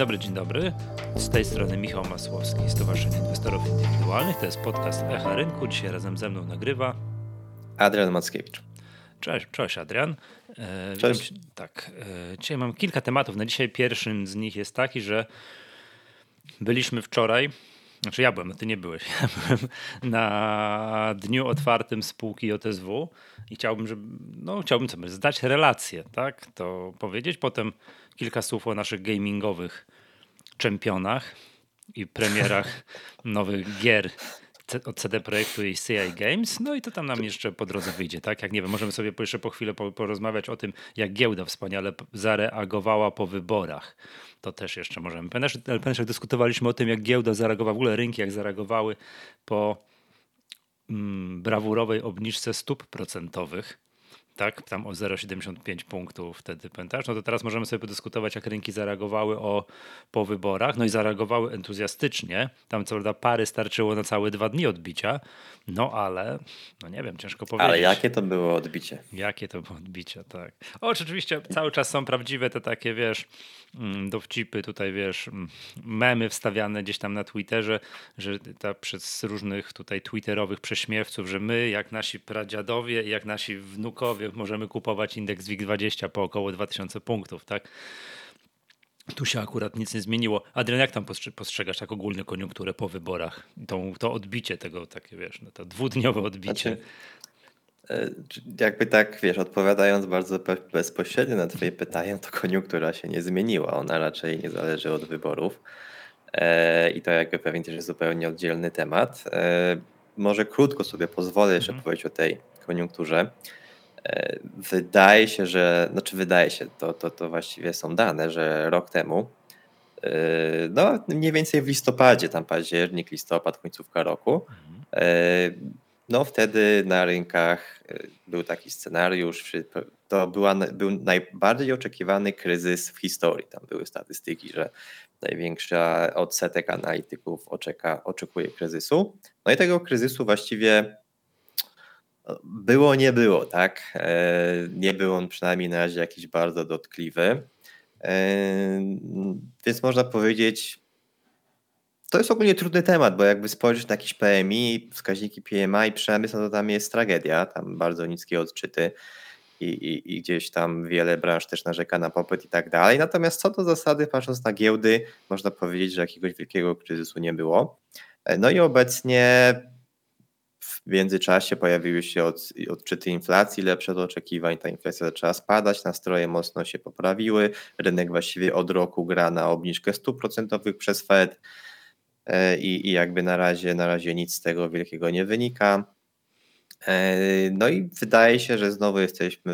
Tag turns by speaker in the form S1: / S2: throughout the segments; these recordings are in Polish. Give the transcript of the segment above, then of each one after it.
S1: Dzień dobry. Z tej strony Michał Masłowski, Stowarzyszenie Inwestorów Indywidualnych. To jest podcast Echa Rynku. Dzisiaj razem ze mną nagrywa
S2: Adrian Mackiewicz.
S1: Cześć Adrian.
S2: Cześć.
S1: Dzisiaj mam kilka tematów. Na dzisiaj pierwszym z nich jest taki, że byliśmy wczoraj, znaczy ja byłem, a ty nie byłeś. Ja byłem na dniu otwartym spółki JSW i chciałbym sobie zdać relację, tak? To powiedzieć. Potem kilka słów o naszych gamingowych czempionach i premierach nowych gier od CD Projektu i CI Games. No i to tam nam jeszcze po drodze wyjdzie, tak? Jak nie wiem, możemy sobie jeszcze po chwilę porozmawiać o tym, jak giełda wspaniale zareagowała po wyborach. To też jeszcze możemy. Pamiętasz, jak dyskutowaliśmy o tym, jak giełda zareagowała, w ogóle rynki jak zareagowały po brawurowej obniżce stóp procentowych. Tak, tam o 0,75 punktów wtedy, pamiętasz? No to teraz możemy sobie podyskutować, jak rynki zareagowały po wyborach. No i zareagowały entuzjastycznie. Tam co prawda pary starczyło na całe 2 dni odbicia, no ale, no nie wiem, ciężko powiedzieć.
S2: Ale jakie to było odbicie?
S1: Jakie to było odbicie, tak. Oczywiście cały czas są prawdziwe te takie, wiesz, dowcipy tutaj, wiesz, memy wstawiane gdzieś tam na Twitterze, że przez różnych tutaj twitterowych prześmiewców, że my, jak nasi pradziadowie i jak nasi wnukowie możemy kupować indeks WIG20 po około 2000 punktów, tak? Tu się akurat nic nie zmieniło. Adrian, jak tam postrzegasz tak ogólnie koniunkturę po wyborach? To odbicie tego, takie wiesz, no to dwudniowe odbicie.
S2: Jakby tak, wiesz, odpowiadając bardzo bezpośrednio na twoje pytanie, to koniunktura się nie zmieniła. Ona raczej nie zależy od wyborów. I to jakby pewnie też jest zupełnie oddzielny temat. Może krótko sobie pozwolę jeszcze powiedzieć o tej koniunkturze. Wydaje się, to właściwie są dane, że rok temu, no mniej więcej w listopadzie, tam październik, listopad, końcówka roku, no wtedy na rynkach był taki scenariusz, był najbardziej oczekiwany kryzys w historii. Tam były statystyki, że największy odsetek analityków oczekuje kryzysu. No i tego kryzysu właściwie nie było, tak? Nie był on przynajmniej na razie jakiś bardzo dotkliwy. Więc można powiedzieć, to jest ogólnie trudny temat, bo jakby spojrzeć na jakiś PMI, wskaźniki PMI, przemysł, no to tam jest tragedia, tam bardzo niskie odczyty i gdzieś tam wiele branż też narzeka na popyt i tak dalej. Natomiast co do zasady, patrząc na giełdy, można powiedzieć, że jakiegoś wielkiego kryzysu nie było. No i obecnie w międzyczasie pojawiły się odczyty inflacji lepsze od oczekiwań, ta inflacja zaczęła spadać, nastroje mocno się poprawiły, rynek właściwie od roku gra na obniżkę stóp procentowych przez Fed i jakby na razie nic z tego wielkiego nie wynika. No i wydaje się, że jesteśmy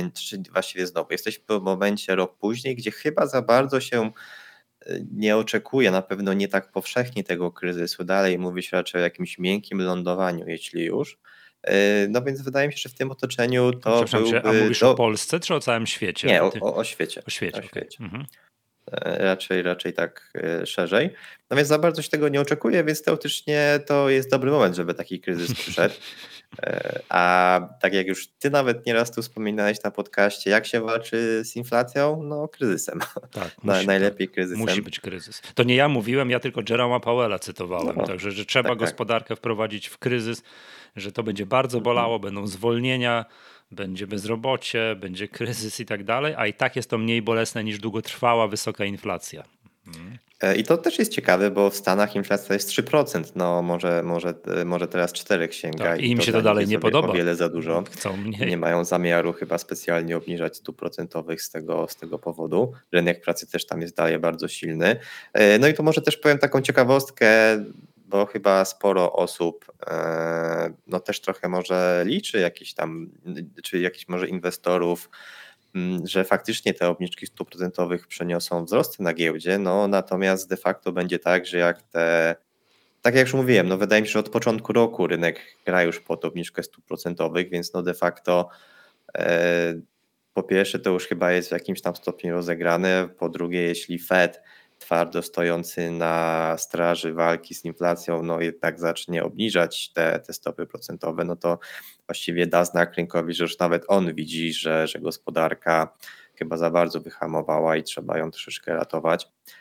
S2: w momencie rok później, gdzie chyba za bardzo się nie oczekuje, na pewno nie tak powszechnie tego kryzysu. Dalej mówi się raczej o jakimś miękkim lądowaniu, jeśli już. No więc wydaje mi się, że w tym otoczeniu to byłby...
S1: A mówisz o Polsce czy o całym świecie?
S2: Nie, o świecie.
S1: O świecie,
S2: o świecie.
S1: Okay.
S2: Raczej tak szerzej. No więc za bardzo się tego nie oczekuje, więc teoretycznie to jest dobry moment, żeby taki kryzys przyszedł. A tak jak już ty nawet nieraz tu wspominałeś na podcaście, jak się walczy z inflacją? No kryzysem.
S1: Tak,
S2: najlepiej kryzysem.
S1: Musi być kryzys. To nie ja mówiłem, ja tylko Jeroma Powella cytowałem. No, także, że trzeba gospodarkę wprowadzić w kryzys, że to będzie bardzo bolało, będą zwolnienia, będzie bezrobocie, będzie kryzys i tak dalej, a i tak jest to mniej bolesne niż długotrwała wysoka inflacja.
S2: I to też jest ciekawe, bo w Stanach inflacja jest 3%, no może teraz 4 sięga.
S1: Tak, i im się to dalej nie podoba.
S2: O wiele za dużo.
S1: Chcą mniej.
S2: Nie mają zamiaru chyba specjalnie obniżać stóp procentowych z tego powodu. Rynek pracy też tam jest dalej bardzo silny. No i to może też powiem taką ciekawostkę, bo chyba sporo osób no też trochę może liczy jakichś może inwestorów, że faktycznie te obniżki stóp procentowych przeniosą wzrosty na giełdzie, no natomiast de facto będzie tak, że tak jak już mówiłem, no wydaje mi się, że od początku roku rynek gra już pod obniżkę stóp procentowych, więc no de facto po pierwsze to już chyba jest w jakimś tam stopniu rozegrane, po drugie jeśli Fed twardo stojący na straży walki z inflacją, no jednak zacznie obniżać te stopy procentowe, no to właściwie da znak rynkowi, że już nawet on widzi, że gospodarka chyba za bardzo wyhamowała i trzeba ją troszeczkę ratować.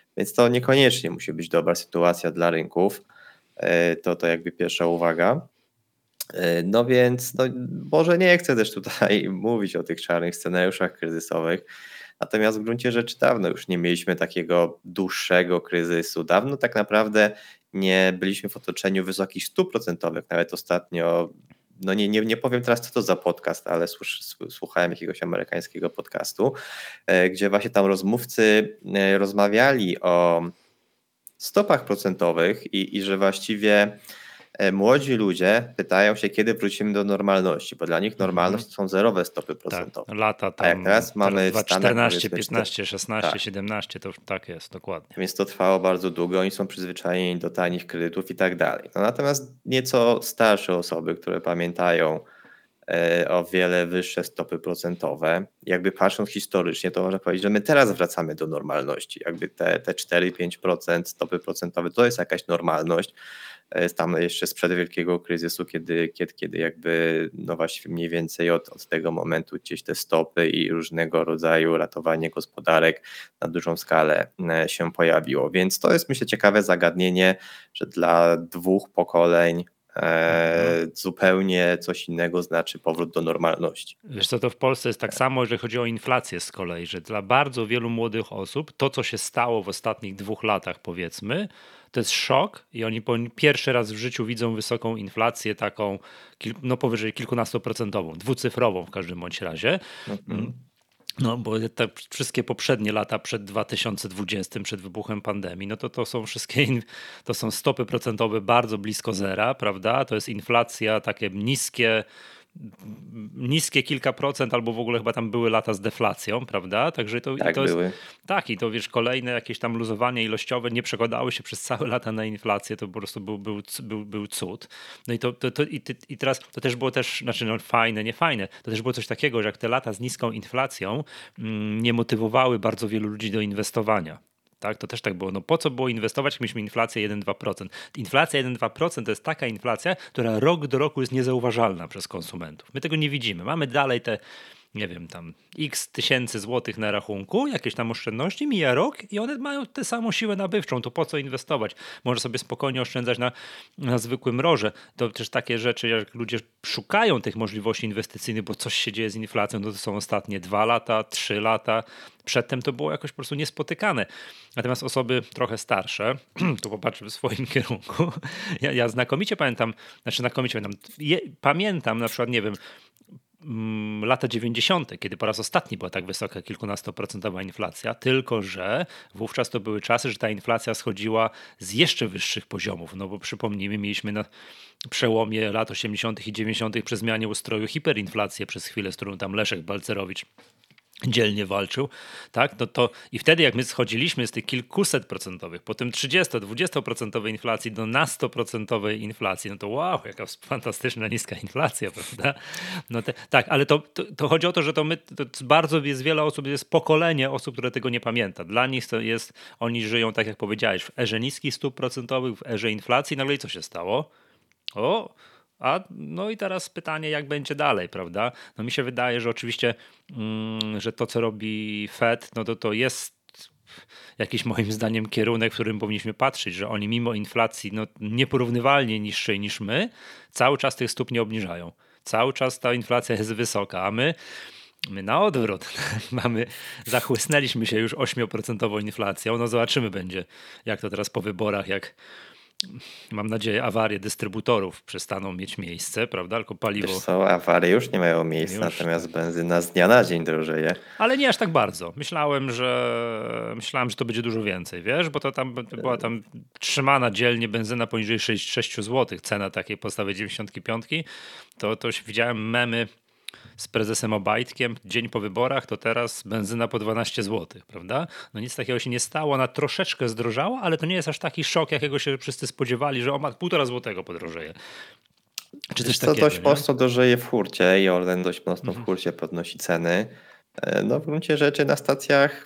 S2: Więc to niekoniecznie musi być dobra sytuacja dla rynków. To jakby pierwsza uwaga. No więc może nie chcę też tutaj mówić o tych czarnych scenariuszach kryzysowych, natomiast w gruncie rzeczy dawno już nie mieliśmy takiego dłuższego kryzysu. Dawno tak naprawdę nie byliśmy w otoczeniu wysokich stóp procentowych. Nawet ostatnio, nie powiem teraz co to za podcast, ale słuchałem jakiegoś amerykańskiego podcastu, gdzie właśnie tam rozmówcy rozmawiali o stopach procentowych i że właściwie młodzi ludzie pytają się, kiedy wrócimy do normalności, bo dla nich normalność to są zerowe stopy procentowe.
S1: Tak, lata tam,
S2: a jak teraz mamy w Stanach
S1: 14, 15, 16, 17, to tak jest, dokładnie.
S2: Więc to trwało bardzo długo, oni są przyzwyczajeni do tanich kredytów i tak dalej. Natomiast nieco starsze osoby, które pamiętają o wiele wyższe stopy procentowe, jakby patrząc historycznie, to można powiedzieć, że my teraz wracamy do normalności. Jakby te 4-5% stopy procentowe to jest jakaś normalność. Tam jeszcze sprzed wielkiego kryzysu, kiedy jakby właściwie mniej więcej od tego momentu gdzieś te stopy i różnego rodzaju ratowanie gospodarek na dużą skalę się pojawiło. Więc to jest, myślę, ciekawe zagadnienie, że dla dwóch pokoleń zupełnie coś innego znaczy powrót do normalności.
S1: Wiesz co, to w Polsce jest tak samo, jeżeli chodzi o inflację z kolei, że dla bardzo wielu młodych osób to, co się stało w ostatnich 2 latach powiedzmy, to jest szok i oni pierwszy raz w życiu widzą wysoką inflację taką powyżej kilkunastoprocentową, dwucyfrową w każdym bądź razie. No bo te wszystkie poprzednie lata przed 2020, przed wybuchem pandemii, to są wszystkie, to są stopy procentowe bardzo blisko zera, prawda? To jest inflacja, takie niskie kilka procent, albo w ogóle chyba tam były lata z deflacją, prawda? Także to
S2: były.
S1: jest tak, i to wiesz, kolejne jakieś tam luzowanie ilościowe nie przekładały się przez całe lata na inflację, to po prostu był cud. No i teraz to też było fajne, nie fajne, to też było coś takiego, że jak te lata z niską inflacją nie motywowały bardzo wielu ludzi do inwestowania. Tak, to też tak było. No po co było inwestować, jak mieliśmy inflację 1-2%? Inflacja 1-2% to jest taka inflacja, która rok do roku jest niezauważalna przez konsumentów. My tego nie widzimy. Mamy dalej te, nie wiem, tam x tysięcy złotych na rachunku, jakieś tam oszczędności, mija rok i one mają tę samą siłę nabywczą. To po co inwestować? Może sobie spokojnie oszczędzać na zwykłym ROR-ze. To też takie rzeczy, jak ludzie szukają tych możliwości inwestycyjnych, bo coś się dzieje z inflacją, to są ostatnie 2 lata, 3 lata. Przedtem to było jakoś po prostu niespotykane. Natomiast osoby trochę starsze, tu popatrzę w swoim kierunku, ja znakomicie pamiętam, pamiętam na przykład, nie wiem, lata 90., kiedy po raz ostatni była tak wysoka kilkunastoprocentowa inflacja, tylko że wówczas to były czasy, że ta inflacja schodziła z jeszcze wyższych poziomów, no bo przypomnijmy, mieliśmy na przełomie lat 80. i 90. przy zmianie ustroju hiperinflację przez chwilę, z którą tam Leszek Balcerowicz dzielnie walczył, tak? I wtedy jak my schodziliśmy z tych kilkuset procentowych, potem 30-20% inflacji do na 100% inflacji, no to wow, jaka fantastyczna niska inflacja, prawda? Tak, ale to chodzi o to, że to bardzo jest wiele osób, jest pokolenie osób, które tego nie pamięta. Dla nich to jest, oni żyją, tak jak powiedziałeś, w erze niskich stóp procentowych, w erze inflacji, nagle i co się stało? No i teraz pytanie, jak będzie dalej, prawda? No mi się wydaje, że oczywiście, że to, co robi Fed, no to jest jakiś moim zdaniem kierunek, w którym powinniśmy patrzeć, że oni mimo inflacji nieporównywalnie niższej niż my, cały czas tych stóp nie obniżają. Cały czas ta inflacja jest wysoka, a my na odwrót zachłysnęliśmy się już 8% inflacją. No zobaczymy będzie, jak to teraz po wyborach, jak mam nadzieję, awarie dystrybutorów przestaną mieć miejsce, prawda? Tylko paliwo.
S2: Wiesz co, awarie już nie mają miejsca, natomiast benzyna z dnia na dzień drożeje.
S1: Ale nie aż tak bardzo. Myślałem, że to będzie dużo więcej, wiesz, bo to tam była tam trzymana dzielnie benzyna poniżej 6 zł, cena takiej podstawy 95. To widziałem memy z prezesem Obajtkiem dzień po wyborach, to teraz benzyna po 12 zł, prawda? No nic takiego się nie stało, ona troszeczkę zdrożała, ale to nie jest aż taki szok, jakiego się wszyscy spodziewali, że o 1,5 złotego podrożeje.
S2: Czy coś takiego, dość mocno drożeje w hurcie i Orlen dość mocno w hurcie podnosi ceny. No w gruncie rzeczy na stacjach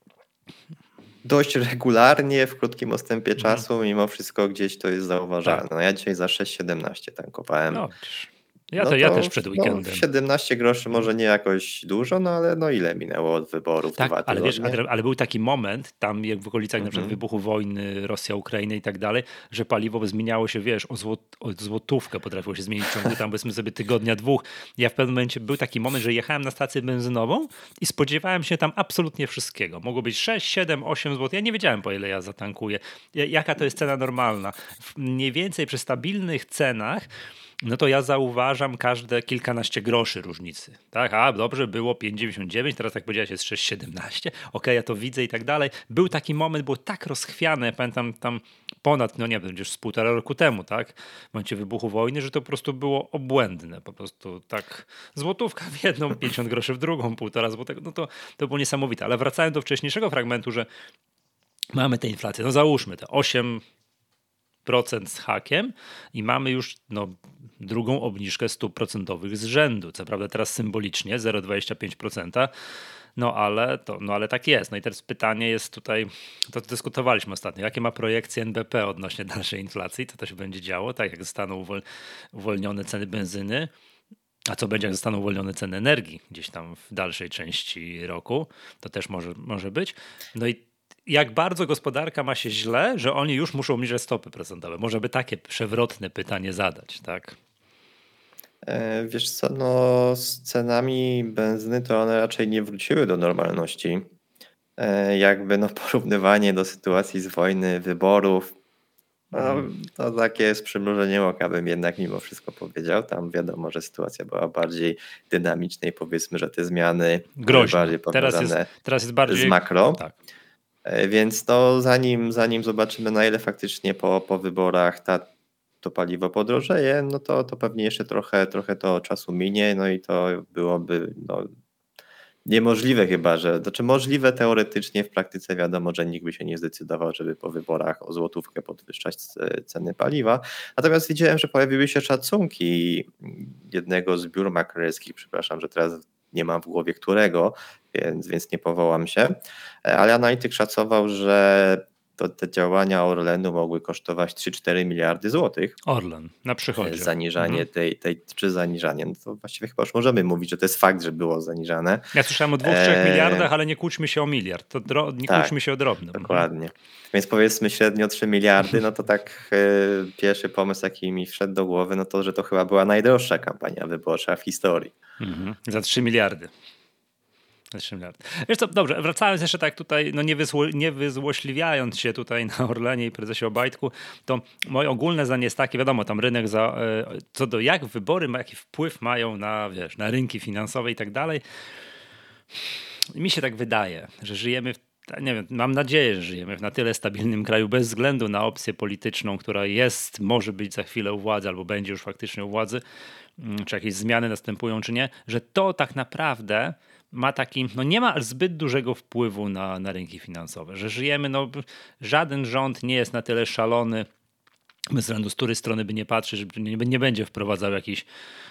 S2: dość regularnie, w krótkim odstępie czasu, mimo wszystko gdzieś to jest zauważalne. Tak. No ja dzisiaj za 6,17 tankowałem. No
S1: Ja
S2: to
S1: też przed
S2: no,
S1: weekendem.
S2: 17 groszy może nie jakoś dużo, no ale no ile minęło od wyborów?
S1: Tak,
S2: 2
S1: ale wiesz,
S2: tygodnie?
S1: ale był taki moment tam jak w okolicach na przykład
S2: Mhm.
S1: wybuchu wojny Rosja-Ukraina i tak dalej, że paliwo zmieniało się, wiesz, o złotówkę potrafiło się zmienić w ciągu tam powiedzmy sobie tygodnia, dwóch. Ja w pewnym momencie był taki moment, że jechałem na stację benzynową i spodziewałem się tam absolutnie wszystkiego. Mogło być 6, 7, 8 zł. Ja nie wiedziałem, po ile ja zatankuję. Jaka to jest cena normalna. Mniej więcej przy stabilnych cenach no to ja zauważam każde kilkanaście groszy różnicy. Tak, a dobrze, było 5,99, teraz jak powiedziałeś jest 6,17. Okej, ja to widzę i tak dalej. Był taki moment, było tak rozchwiane, ja pamiętam tam ponad, no nie wiem, już z 1,5 roku temu, tak, w momencie wybuchu wojny, że to po prostu było obłędne. Po prostu tak złotówka w jedną, 50 groszy w drugą, 1,5 złotego, no to było niesamowite. Ale wracając do wcześniejszego fragmentu, że mamy tę inflację, no załóżmy te 8% z hakiem i mamy już drugą obniżkę stóp procentowych z rzędu. Co prawda teraz symbolicznie 0,25%, ale tak jest. No i teraz pytanie jest tutaj, to dyskutowaliśmy ostatnio, jakie ma projekcje NBP odnośnie dalszej inflacji, to się będzie działo, tak jak zostaną uwolnione ceny benzyny, a co będzie, jak zostaną uwolnione ceny energii gdzieś tam w dalszej części roku, to też może być. No i jak bardzo gospodarka ma się źle, że oni już muszą obniżać stopy procentowe? Może by takie przewrotne pytanie zadać, tak?
S2: Wiesz co, no z cenami benzyny to one raczej nie wróciły do normalności. Jakby no porównywanie do sytuacji z wojny, wyborów, no, to takie z przymrużeniem oka bym jednak mimo wszystko powiedział. Tam wiadomo, że sytuacja była bardziej dynamiczna i powiedzmy, że te zmiany były
S1: Groźna.
S2: bardziej
S1: Teraz
S2: powiązane
S1: jest
S2: z
S1: bardziej...
S2: makro.
S1: Tak.
S2: Więc no, zanim zobaczymy, na ile faktycznie po wyborach to paliwo podrożeje, no to pewnie jeszcze trochę to czasu minie, no i to byłoby no, niemożliwe chyba, znaczy możliwe teoretycznie, w praktyce wiadomo, że nikt by się nie zdecydował, żeby po wyborach o złotówkę podwyższać ceny paliwa. Natomiast widziałem, że pojawiły się szacunki jednego z biur maklerskich, przepraszam, że teraz nie mam w głowie którego, więc nie powołam się, ale analityk szacował, że te działania Orlenu mogły kosztować 3-4 miliardy złotych.
S1: Orlen na przychodzie.
S2: Zaniżanie czy zaniżanie, no to właściwie chyba już możemy mówić, że to jest fakt, że było zaniżane.
S1: Ja słyszałem o 2-3 miliardach, ale nie kłóćmy się o miliard. Kłóćmy się o drobnym.
S2: Dokładnie. Więc powiedzmy średnio 3 miliardy, no to tak pierwszy pomysł, jaki mi wszedł do głowy, no to, że to chyba była najdroższa kampania wyborcza w historii.
S1: Za 3 miliardy. Wiesz co, dobrze, wracając jeszcze tak tutaj, no nie wyzłośliwiając się tutaj na Orlenie i prezesie Obajtku, to moje ogólne zdanie jest takie, wiadomo, tam rynek co do jak wybory, jaki wpływ mają na rynki finansowe i tak dalej. Mi się tak wydaje, że żyjemy nie wiem, mam nadzieję, że żyjemy w na tyle stabilnym kraju, bez względu na opcję polityczną, która może być za chwilę u władzy, albo będzie już faktycznie u władzy, czy jakieś zmiany następują, czy nie, że to tak naprawdę ma taki, nie ma zbyt dużego wpływu na rynki finansowe, że żyjemy, żaden rząd nie jest na tyle szalony, bez względu z której strony by nie patrzeć, że nie będzie wprowadzał jakichś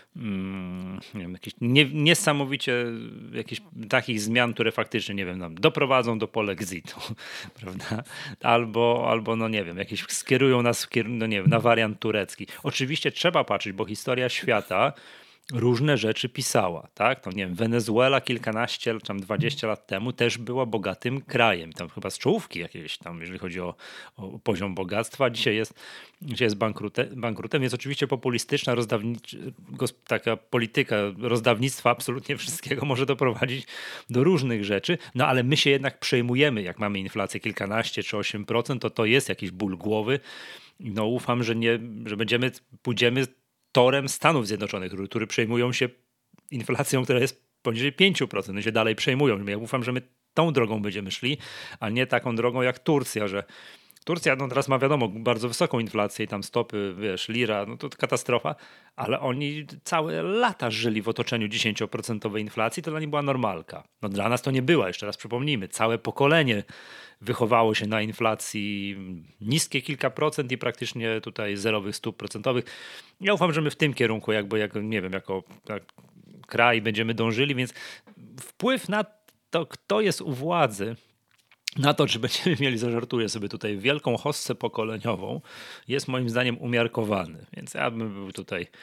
S1: niesamowicie jakichś takich zmian, które faktycznie, nie wiem, doprowadzą do polexitu, prawda? Albo no nie wiem, jakieś skierują nas na wariant turecki. Oczywiście trzeba patrzeć, bo historia świata różne rzeczy pisała, tak? To nie wiem, Wenezuela kilkanaście, tam 20 lat temu też była bogatym krajem, tam chyba z czołówki jakieś tam, jeżeli chodzi o poziom bogactwa. Dzisiaj jest bankrutem, więc oczywiście populistyczna, taka polityka rozdawnictwa absolutnie wszystkiego może doprowadzić do różnych rzeczy, no ale my się jednak przejmujemy, jak mamy inflację kilkanaście czy 8%, to jest jakiś ból głowy. No ufam, że pójdziemy torem Stanów Zjednoczonych, które przejmują się inflacją, która jest poniżej 5%. One się dalej przejmują. Ja ufam, że my tą drogą będziemy szli, a nie taką drogą jak Turcja, że Turcja teraz ma wiadomo bardzo wysoką inflację i tam stopy, lira, to katastrofa, ale oni całe lata żyli w otoczeniu 10% inflacji, to dla nich była normalka. Dla nas to nie była, jeszcze raz przypomnijmy, całe pokolenie wychowało się na inflacji niskie kilka procent i praktycznie tutaj zerowych stóp procentowych. Ja ufam, że my w tym kierunku jako kraj będziemy dążyli, więc wpływ na to, kto jest u władzy, na to, czy będziemy mieli, zażartuję sobie tutaj, wielką hossę pokoleniową, jest moim zdaniem umiarkowany. Więc ja bym był tutaj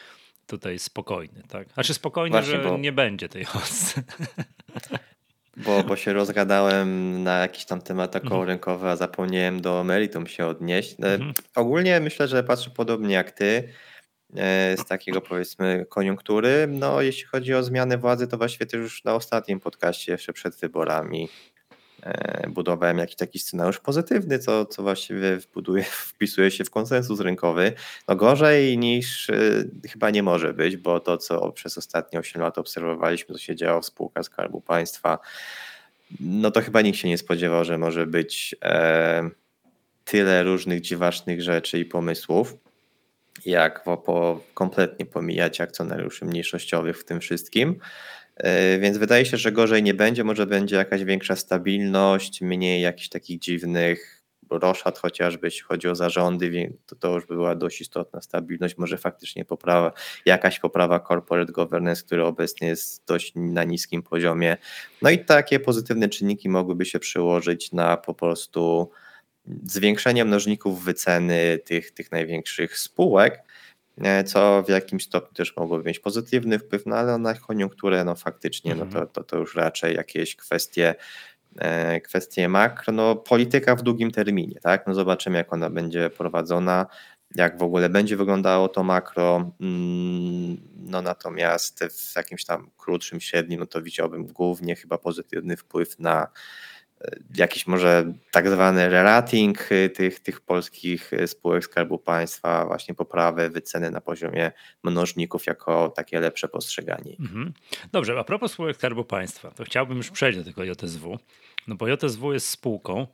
S1: tutaj spokojny, tak? Znaczy spokojny,
S2: Właśnie,
S1: że nie będzie tej hossy.
S2: Bo się rozgadałem na jakiś tam temat okołorynkowy, a zapomniałem do meritum się odnieść. Ogólnie myślę, że patrzę podobnie jak ty, z takiego powiedzmy koniunktury. No jeśli chodzi o zmianę władzy, to właściwie też już na ostatnim podcaście jeszcze przed wyborami budowałem jakiś taki scenariusz pozytywny, co właściwie wpisuje się w konsensus rynkowy. No gorzej niż chyba nie może być, bo to, co przez ostatnie 8 lat obserwowaliśmy, co się działo w spółkach Skarbu Państwa, no to chyba nikt się nie spodziewał, że może być tyle różnych dziwacznych rzeczy i pomysłów, jak kompletnie pomijać akcjonariuszy mniejszościowych w tym wszystkim. Więc wydaje się, że gorzej nie będzie, może będzie jakaś większa stabilność, mniej jakichś takich dziwnych roszad, chociażby jeśli chodzi o zarządy, to już była dość istotna stabilność, może faktycznie jakaś poprawa corporate governance, który obecnie jest dość na niskim poziomie. No i takie pozytywne czynniki mogłyby się przełożyć na po prostu zwiększenie mnożników wyceny tych największych spółek, co w jakimś stopniu też mogłoby mieć pozytywny wpływ, no ale na koniunkturę no faktycznie to już raczej jakieś kwestie makro, no polityka w długim terminie, tak? No zobaczymy jak ona będzie prowadzona, jak w ogóle będzie wyglądało to makro, no natomiast w jakimś tam krótszym, średnim, no to widziałbym głównie chyba pozytywny wpływ na jakiś może tak zwany re-rating tych polskich spółek Skarbu Państwa, właśnie poprawę wyceny na poziomie mnożników jako takie lepsze postrzeganie.
S1: Dobrze, a propos spółek Skarbu Państwa, to chciałbym już przejść do tego JSW, no bo JSW jest spółką,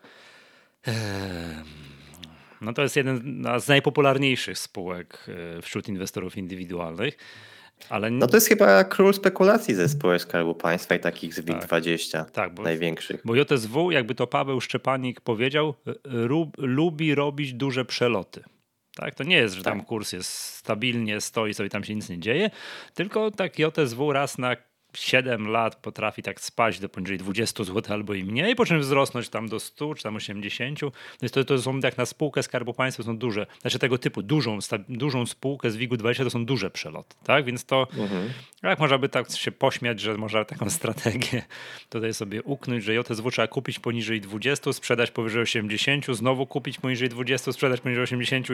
S1: no to jest jedna z najpopularniejszych spółek wśród inwestorów indywidualnych. Ale...
S2: No to jest chyba król spekulacji ze spółek Skarbu Państwa i takich z WIG20 największych.
S1: Bo JSW, jakby to Paweł Szczepanik powiedział, lubi robić duże przeloty. Tak? To nie jest, że tam kurs jest stabilnie, stoi sobie, tam się nic nie dzieje, tylko tak JSW raz na 7 lat potrafi tak spaść do poniżej 20 zł albo i mniej, po czym wzrosnąć tam do 100 czy tam 80. To są jak na spółkę Skarbu Państwa są duże, znaczy tego typu dużą spółkę z WIG-20 to są duże przeloty, tak? Więc to jak można by tak się pośmiać, że można taką strategię tutaj sobie uknąć, że JSW trzeba kupić poniżej 20, sprzedać powyżej 80, znowu kupić poniżej 20, sprzedać poniżej 80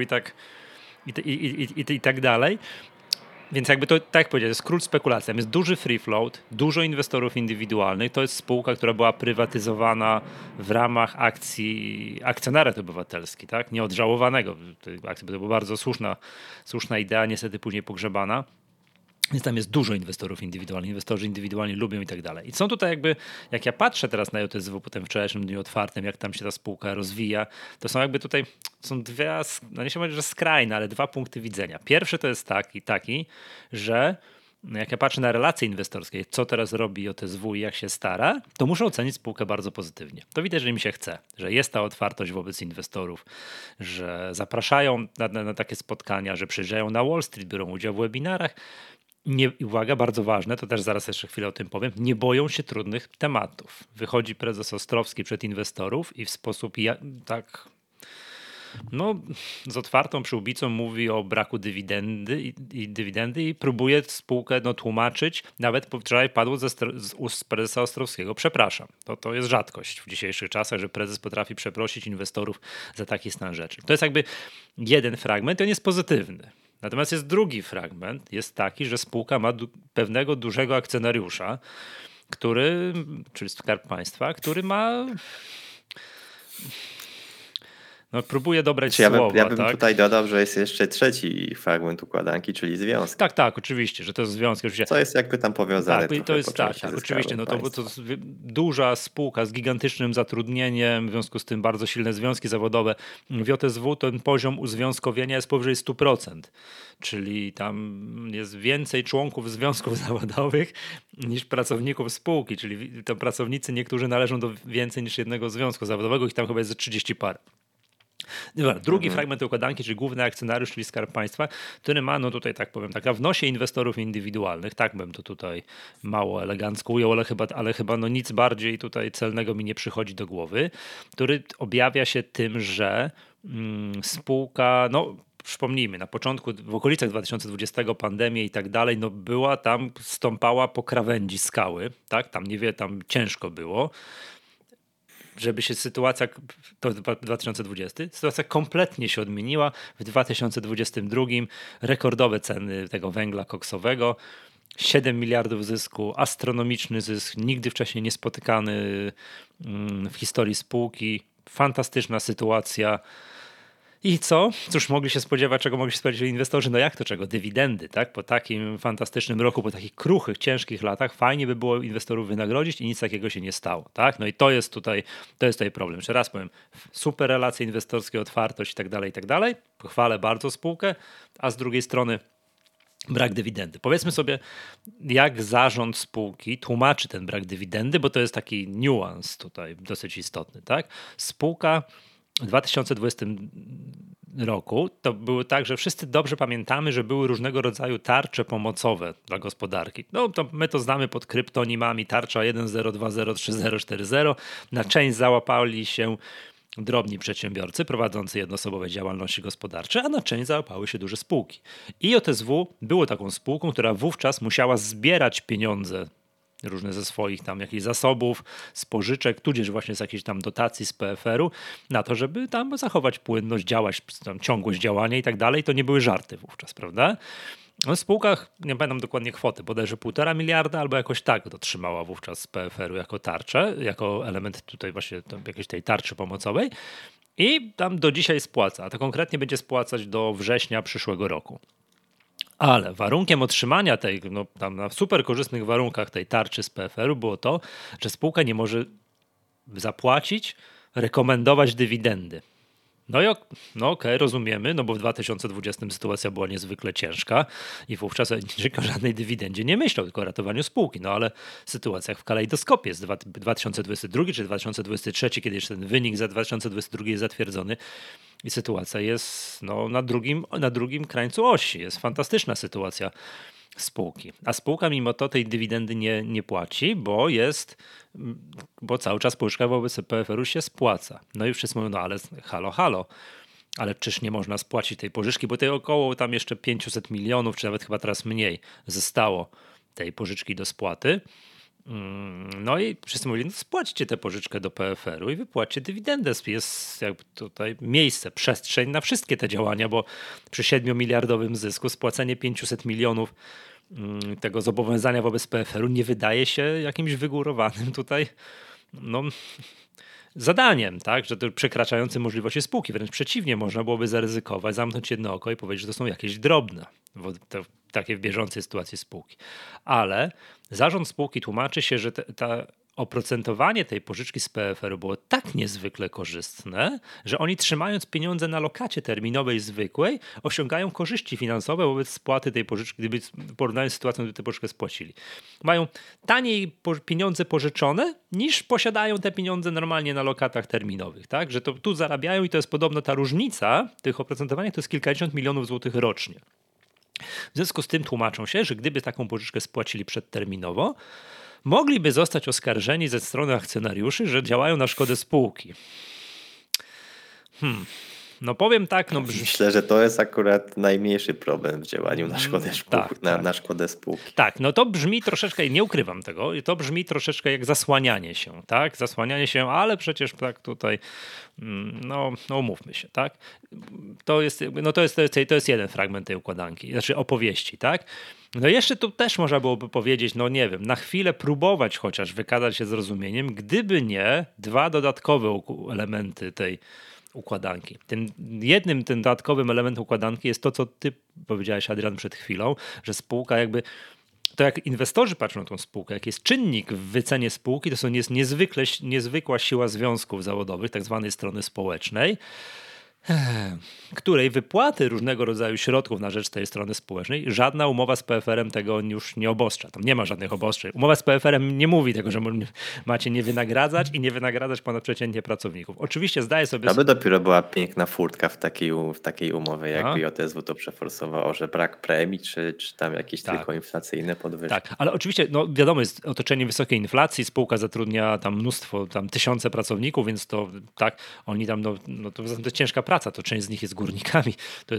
S1: i tak dalej. Więc jakby to, tak jak powiedziałem, jest król spekulacji. Jest duży free float, dużo inwestorów indywidualnych. To jest spółka, która była prywatyzowana w ramach akcji akcjonariat obywatelskich, tak? Nieodżałowanego. To była bardzo słuszna idea, niestety później pogrzebana. Więc tam jest dużo inwestorów indywidualnych, inwestorzy indywidualni lubią i tak dalej. I są tutaj jakby, jak ja patrzę teraz na JSW po tym wczorajszym dniu otwartym, jak tam się ta spółka rozwija, to są jakby tutaj, są dwie, no nie się mówi, że skrajne, ale dwa punkty widzenia. Pierwszy to jest taki, że jak ja patrzę na relacje inwestorskie, co teraz robi JSW i jak się stara, to muszę ocenić spółkę bardzo pozytywnie. To widać, że mi się chce, że jest ta otwartość wobec inwestorów, że zapraszają na takie spotkania, że przyjeżdżają na Wall Street, biorą udział w webinarach. Uwaga, bardzo ważne, to też zaraz jeszcze chwilę o tym powiem, nie boją się trudnych tematów. Wychodzi prezes Ostrowski przed inwestorów i w sposób z otwartą przyłbicą mówi o braku dywidendy i próbuje spółkę tłumaczyć. Nawet wczoraj padło z ust prezesa Ostrowskiego. Przepraszam, to jest rzadkość w dzisiejszych czasach, że prezes potrafi przeprosić inwestorów za taki stan rzeczy. To jest jakby jeden fragment i on jest pozytywny. Natomiast jest drugi fragment, jest taki, że spółka ma pewnego dużego akcjonariusza, czyli Skarb Państwa, który ma... próbuje dobrać słowa.
S2: Ja bym tutaj dodał, że jest jeszcze trzeci fragment układanki, czyli związki.
S1: Tak, oczywiście, że to jest związki. Oczywiście.
S2: Co jest jakby tam powiązane.
S1: Tak, to jest oczywiście. To jest duża spółka z gigantycznym zatrudnieniem, w związku z tym bardzo silne związki zawodowe. W JSW ten poziom uzwiązkowienia jest powyżej 100%, czyli tam jest więcej członków związków zawodowych niż pracowników spółki, czyli to pracownicy niektórzy należą do więcej niż jednego związku zawodowego, ich tam chyba jest 30 par. Drugi fragment układanki, czyli główny akcjonariusz, czyli Skarb Państwa, który ma, tutaj tak powiem, w nosie inwestorów indywidualnych, tak bym to tutaj mało elegancko ujął, ale chyba nic bardziej tutaj celnego mi nie przychodzi do głowy, który objawia się tym, że spółka przypomnijmy, na początku, w okolicach 2020 pandemii i tak dalej, no była tam, stąpała po krawędzi skały, tak? Tam ciężko było, żeby się sytuacja, to 2020, sytuacja kompletnie się odmieniła. W 2022 rekordowe ceny tego węgla koksowego, 7 miliardów zysku, astronomiczny zysk, nigdy wcześniej niespotykany w historii spółki. Fantastyczna sytuacja. I co? Cóż mogli się spodziewać, czego mogli się spodziewać inwestorzy? No jak to czego? Dywidendy, tak? Po takim fantastycznym roku, po takich kruchych, ciężkich latach fajnie by było inwestorów wynagrodzić i nic takiego się nie stało, tak? No i to jest tutaj problem. Jeszcze raz powiem, super relacje inwestorskie, otwartość i tak dalej. Pochwalę bardzo spółkę, a z drugiej strony brak dywidendy. Powiedzmy sobie, jak zarząd spółki tłumaczy ten brak dywidendy, bo to jest taki niuans tutaj dosyć istotny, tak? Spółka w 2020 roku to było tak, że wszyscy dobrze pamiętamy, że były różnego rodzaju tarcze pomocowe dla gospodarki. No to my to znamy pod kryptonimami tarcza 1.0.2.0.3.0.4.0. Na część załapali się drobni przedsiębiorcy prowadzący jednoosobowe działalności gospodarcze, a na część załapały się duże spółki. I JSW było taką spółką, która wówczas musiała zbierać pieniądze różne ze swoich tam jakichś zasobów, z pożyczek, tudzież właśnie z jakiejś tam dotacji z PFR-u, na to, żeby tam zachować płynność, działać, tam ciągłość działania i tak dalej. To nie były żarty wówczas, prawda? No w spółkach, nie pamiętam dokładnie kwoty, bodajże 1,5 miliarda albo jakoś tak dotrzymała wówczas z PFR-u jako tarczę, jako element tutaj właśnie jakiejś tej tarczy pomocowej i tam do dzisiaj spłaca, a to konkretnie będzie spłacać do września przyszłego roku. Ale warunkiem otrzymania tej, no tam na super korzystnych warunkach tej tarczy z PFR-u było to, że spółka nie może zapłacić, rekomendować dywidendy. No okej, rozumiemy, no bo w 2020 sytuacja była niezwykle ciężka i wówczas nikt o żadnej dywidendzie nie myślał, tylko o ratowaniu spółki. No ale sytuacja w kalejdoskopie jest 2022 czy 2023, kiedy jeszcze ten wynik za 2022 jest zatwierdzony i sytuacja jest no, na drugim krańcu osi. Jest fantastyczna sytuacja spółki. A spółka mimo to tej dywidendy nie płaci, bo cały czas pożyczka wobec PFR-u się spłaca. No i wszyscy mówią, no ale halo, ale czyż nie można spłacić tej pożyczki, bo tej około tam jeszcze 500 milionów, czy nawet chyba teraz mniej zostało tej pożyczki do spłaty. No i wszyscy mówili, no spłaćcie tę pożyczkę do PFR-u i wypłaćcie dywidendę. Jest jakby tutaj miejsce, przestrzeń na wszystkie te działania, bo przy 7-miliardowym zysku spłacenie 500 milionów tego zobowiązania wobec PFR-u nie wydaje się jakimś wygórowanym tutaj zadaniem, tak, że to przekraczającym możliwości spółki. Wręcz przeciwnie, można byłoby zaryzykować, zamknąć jedno oko i powiedzieć, że to są jakieś drobne, takie w bieżącej sytuacji spółki. Ale zarząd spółki tłumaczy się, że oprocentowanie tej pożyczki z PFR-u było tak niezwykle korzystne, że oni trzymając pieniądze na lokacie terminowej zwykłej osiągają korzyści finansowe wobec spłaty tej pożyczki, gdyby porównując z sytuacją, gdyby tę pożyczkę spłacili. Mają taniej pieniądze pożyczone niż posiadają te pieniądze normalnie na lokatach terminowych. Tak? Że to tu zarabiają i to jest podobno ta różnica tych oprocentowań to jest kilkadziesiąt milionów złotych rocznie. W związku z tym tłumaczą się, że gdyby taką pożyczkę spłacili przedterminowo, mogliby zostać oskarżeni ze strony akcjonariuszy, że działają na szkodę spółki. No powiem tak, no
S2: myślę, że to jest akurat najmniejszy problem w działaniu na szkodę spółki. Na szkodę spółki.
S1: Tak, no to brzmi troszeczkę, nie ukrywam tego, to brzmi troszeczkę jak zasłanianie się, tak? Zasłanianie się, ale przecież tak tutaj, no umówmy się, tak? To jest jeden fragment tej układanki, znaczy opowieści, tak? No jeszcze tu też można byłoby powiedzieć, no nie wiem, na chwilę próbować chociaż wykazać się zrozumieniem, gdyby nie dwa dodatkowe elementy tej układanki. Tym dodatkowym elementem układanki jest to, co ty powiedziałeś, Adrian, przed chwilą, że spółka jakby, to jak inwestorzy patrzą na tą spółkę, jak jest czynnik w wycenie spółki, to jest niezwykła siła związków zawodowych, tak zwanej strony społecznej, której wypłaty różnego rodzaju środków na rzecz tej strony społecznej, żadna umowa z PFR-em tego już nie obostrza. Tam nie ma żadnych obostrzeń. Umowa z PFR-em nie mówi tego, że macie nie wynagradzać i nie wynagradzać ponadprzeciętnie pracowników. Oczywiście zdaję sobie...
S2: To by dopiero była piękna furtka w takiej umowie, jakby JSW to przeforsowało, że brak premii, czy tam jakieś tylko inflacyjne podwyżki.
S1: Tak, ale oczywiście, no wiadomo, jest otoczenie wysokiej inflacji, spółka zatrudnia tam mnóstwo, tam tysiące pracowników, więc to tak, oni tam, to jest ciężka praca praca, to część z nich jest górnikami.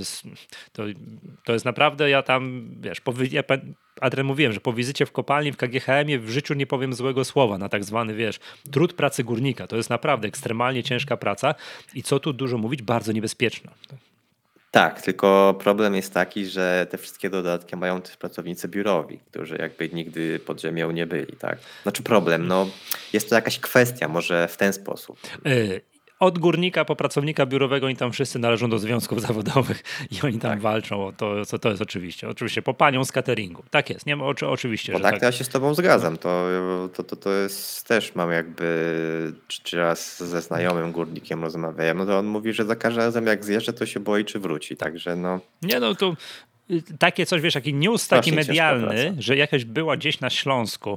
S1: To jest naprawdę, ja tam, wiesz, Adrian, mówiłem, że po wizycie w kopalni w KGHM-ie w życiu nie powiem złego słowa na tak zwany, wiesz, trud pracy górnika. To jest naprawdę ekstremalnie ciężka praca i co tu dużo mówić, bardzo niebezpieczna.
S2: Tak, tylko problem jest taki, że te wszystkie dodatki mają też pracownicy biurowi, którzy jakby nigdy pod ziemią nie byli, tak? Znaczy problem, no jest to jakaś kwestia, może w ten sposób.
S1: Od górnika po pracownika biurowego oni tam wszyscy należą do związków zawodowych i oni tam walczą o to, co to jest oczywiście. Oczywiście po panią z cateringu. Tak jest, nie ma oczywiście,
S2: Bo
S1: że
S2: tak,
S1: tak.
S2: to ja się z tobą zgadzam. To jest też mam jakby 3 razy ze znajomym górnikiem rozmawiałem, no to on mówi, że za każdym razem jak zjeżdża, to się boi, czy wróci. Także no.
S1: Nie no, to takie coś, wiesz, taki news taki medialny, że jakaś była gdzieś na Śląsku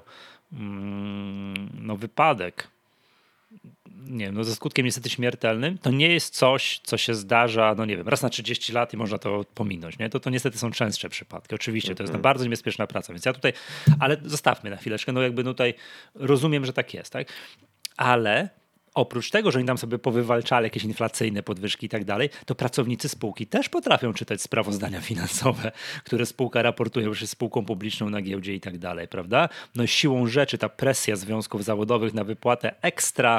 S1: no wypadek, nie wiem, no ze skutkiem niestety śmiertelnym, to nie jest coś, co się zdarza, no nie wiem, raz na 30 lat i można to pominąć, nie? To niestety są częstsze przypadki. Oczywiście, to jest bardzo niebezpieczna praca, więc ja tutaj, ale zostawmy na chwileczkę, no jakby tutaj rozumiem, że tak jest, tak? Ale oprócz tego, że oni tam sobie powywalczali jakieś inflacyjne podwyżki i tak dalej, to pracownicy spółki też potrafią czytać sprawozdania finansowe, które spółka raportuje, już jest spółką publiczną na giełdzie i tak dalej, prawda? No siłą rzeczy ta presja związków zawodowych na wypłatę ekstra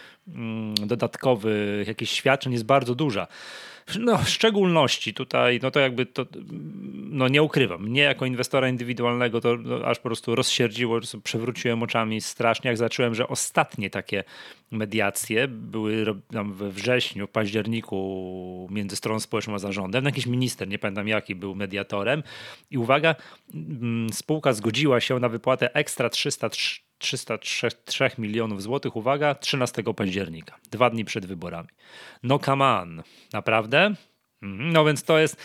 S1: dodatkowych jakichś świadczeń jest bardzo duża. No, w szczególności tutaj, no to jakby to, no nie ukrywam, mnie jako inwestora indywidualnego to aż po prostu rozsierdziło, przewróciłem oczami strasznie, jak zacząłem, że ostatnie takie mediacje były tam we wrześniu, w październiku między stroną społeczną a zarządem. Jakiś minister, nie pamiętam jaki, był mediatorem i uwaga, spółka zgodziła się na wypłatę ekstra 303 milionów złotych, uwaga, 13 października, 2 dni przed wyborami. No come on, naprawdę? No więc to jest,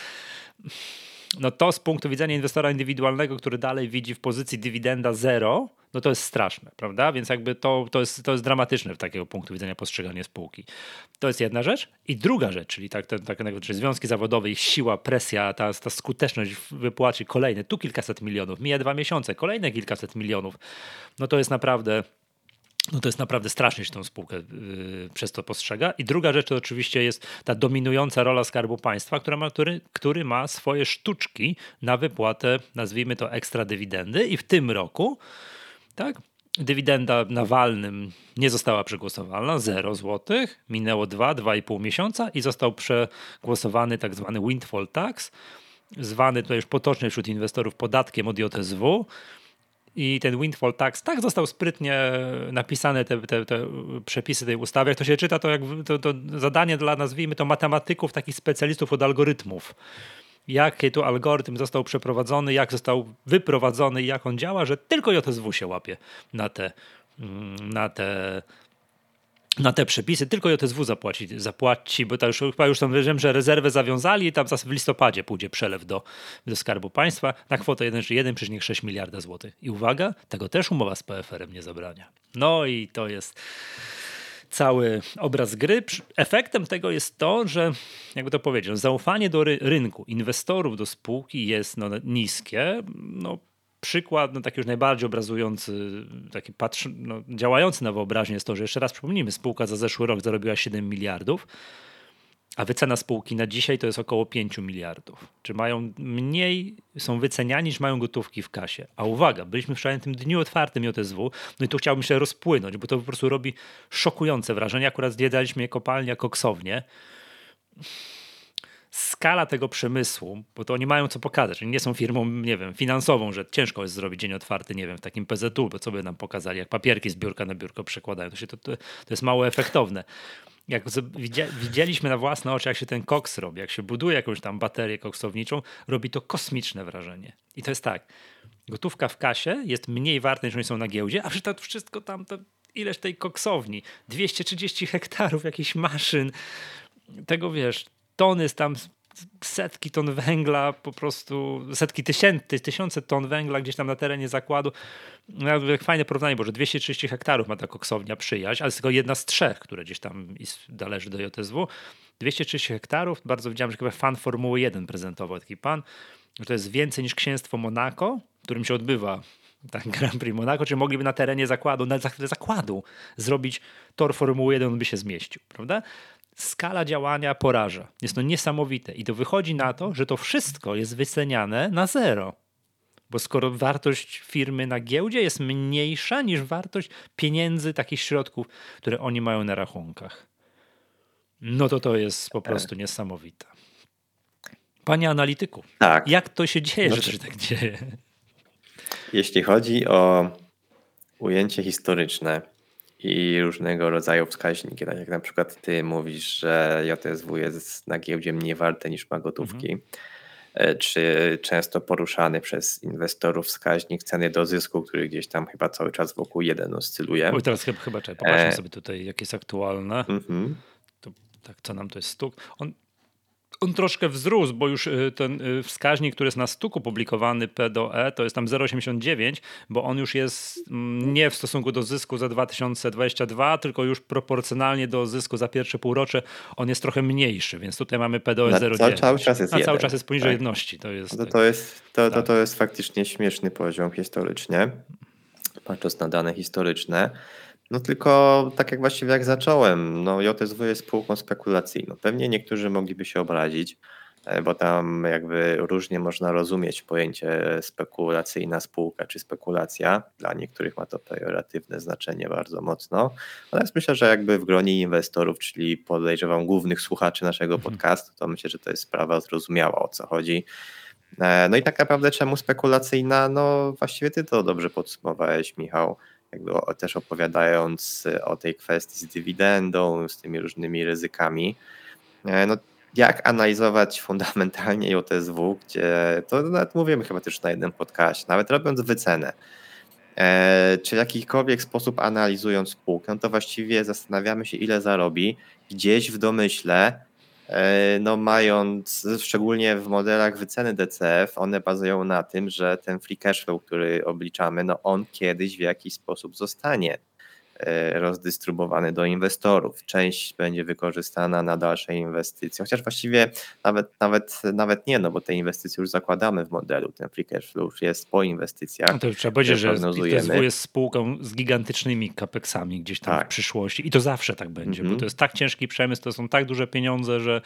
S1: no to z punktu widzenia inwestora indywidualnego, który dalej widzi w pozycji dywidenda zero, no to jest straszne, prawda? Więc jakby to jest dramatyczne z takiego punktu widzenia postrzegania spółki. To jest jedna rzecz. I druga rzecz, czyli czyli związki zawodowe, ich siła, presja, ta skuteczność w wypłacie kolejne, tu kilkaset milionów, mija 2 miesiące, kolejne kilkaset milionów. No to jest naprawdę strasznie się tą spółkę przez to postrzega. I druga rzecz to oczywiście jest ta dominująca rola Skarbu Państwa, który ma swoje sztuczki na wypłatę, nazwijmy to ekstra dywidendy i w tym roku, tak, dywidenda na walnym nie została przegłosowana, 0 złotych, minęło 2,5 miesiąca i został przegłosowany tak zwany windfall tax, zwany to już potocznie wśród inwestorów podatkiem od JSW. I ten windfall tax tak został sprytnie napisane, te przepisy tej ustawy. Jak to się czyta, to zadanie dla, nazwijmy to, matematyków, takich specjalistów od algorytmów. Jaki tu algorytm został przeprowadzony, jak został wyprowadzony i jak on działa, że tylko JSW się łapie na te przepisy, tylko JSW zapłaci, bo to już tam wiem, że rezerwę zawiązali i tam w listopadzie pójdzie przelew do Skarbu Państwa na kwotę 1,6 miliarda złotych. I uwaga, tego też umowa z PFR-em nie zabrania. No i to jest cały obraz gry. Efektem tego jest to, że jakby to powiedzieć, zaufanie do rynku inwestorów do spółki jest niskie. Przykład, taki już najbardziej obrazujący, taki działający na wyobraźnię jest to, że jeszcze raz przypomnijmy, spółka za zeszły rok zarobiła 7 miliardów, a wycena spółki na dzisiaj to jest około 5 miliardów. Czy mają mniej, są wyceniani niż mają gotówki w kasie. A uwaga, byliśmy wczoraj na tym dniu otwartym JSW, no i tu chciałbym się rozpłynąć, bo to po prostu robi szokujące wrażenie. Akurat zwiedzaliśmy kopalnię, koksownię. Skala tego przemysłu, bo to oni mają co pokazać. Oni nie są firmą, nie wiem, finansową, że ciężko jest zrobić dzień otwarty, nie wiem, w takim PZU, bo co by nam pokazali, jak papierki z biurka na biurko przekładają. To jest mało efektowne. Jak widzieliśmy na własne oczy, jak się ten koks robi, jak się buduje jakąś tam baterię koksowniczą, robi to kosmiczne wrażenie. I to jest tak, gotówka w kasie jest mniej warta, niż oni są na giełdzie, a to wszystko tam, to ileż tej koksowni, 230 hektarów jakichś maszyn, tego wiesz, tony tam, setki ton węgla, po prostu tysiące ton węgla gdzieś tam na terenie zakładu. Fajne porównanie, bo że 230 hektarów ma ta koksownia Przyjaźń, ale jest tylko jedna z 3, które gdzieś tam należy do JSW. 230 hektarów, bardzo widziałem, że chyba fan Formuły 1 prezentował taki pan, że to jest więcej niż księstwo Monako, w którym się odbywa tak Grand Prix Monaco, czy mogliby na terenie zakładu zrobić tor Formuły 1, on by się zmieścił, prawda? skala działania poraża. Jest to niesamowite i to wychodzi na to, że to wszystko jest wyceniane na zero. Bo skoro wartość firmy na giełdzie jest mniejsza niż wartość pieniędzy, takich środków, które oni mają na rachunkach. No to jest po prostu niesamowite. Panie analityku,
S2: Tak.
S1: jak to się dzieje, że to się tak dzieje?
S2: Jeśli chodzi o ujęcie historyczne i różnego rodzaju wskaźniki, tak jak na przykład ty mówisz, że JSW jest na giełdzie mniej warte niż ma gotówki, czy często poruszany przez inwestorów wskaźnik ceny do zysku, który gdzieś tam chyba cały czas wokół 1 oscyluje.
S1: Oj, teraz chyba popatrzmy sobie tutaj, jakie jest aktualne. To, tak, co nam to jest stuk? On troszkę wzrósł, bo już ten wskaźnik, który jest na stuku publikowany P do E, to jest tam 0,89, bo on już jest nie w stosunku do zysku za 2022, tylko już proporcjonalnie do zysku za pierwsze półrocze on jest trochę mniejszy, więc tutaj mamy P do E 0,9.
S2: Cały czas jest
S1: cały czas jest poniżej jedności.
S2: To jest faktycznie śmieszny poziom historycznie, patrząc na dane historyczne. No tylko tak jak właściwie jak zacząłem, no JSW jest spółką spekulacyjną. Pewnie niektórzy mogliby się obrazić, bo tam jakby różnie można rozumieć pojęcie spekulacyjna spółka czy spekulacja. Dla niektórych ma to pejoratywne znaczenie bardzo mocno. Natomiast myślę, że jakby w gronie inwestorów, czyli podejrzewam głównych słuchaczy naszego podcastu, to myślę, że to jest sprawa zrozumiała, o co chodzi. No i tak naprawdę czemu spekulacyjna? No właściwie ty to dobrze podsumowałeś, Michał, jakby też opowiadając o tej kwestii z dywidendą, z tymi różnymi ryzykami. No, jak analizować fundamentalnie JSW, gdzie to nawet mówimy chyba też na jednym podcaście, nawet robiąc wycenę, czy w jakikolwiek sposób analizując spółkę, no to właściwie zastanawiamy się, ile zarobi gdzieś w domyśle, no mając, szczególnie w modelach wyceny DCF, one bazują na tym, że ten free cash flow, który obliczamy, no on kiedyś w jakiś sposób zostanie rozdystrybuowany do inwestorów. Część będzie wykorzystana na dalsze inwestycje, chociaż właściwie nawet nie, no bo te inwestycje już zakładamy w modelu. Ten free cash flow już jest po inwestycjach.
S1: No to trzeba powiedzieć, że JSW jest spółką z gigantycznymi capexami gdzieś tam w przyszłości i to zawsze tak będzie, bo to jest tak ciężki przemysł, to są tak duże pieniądze, że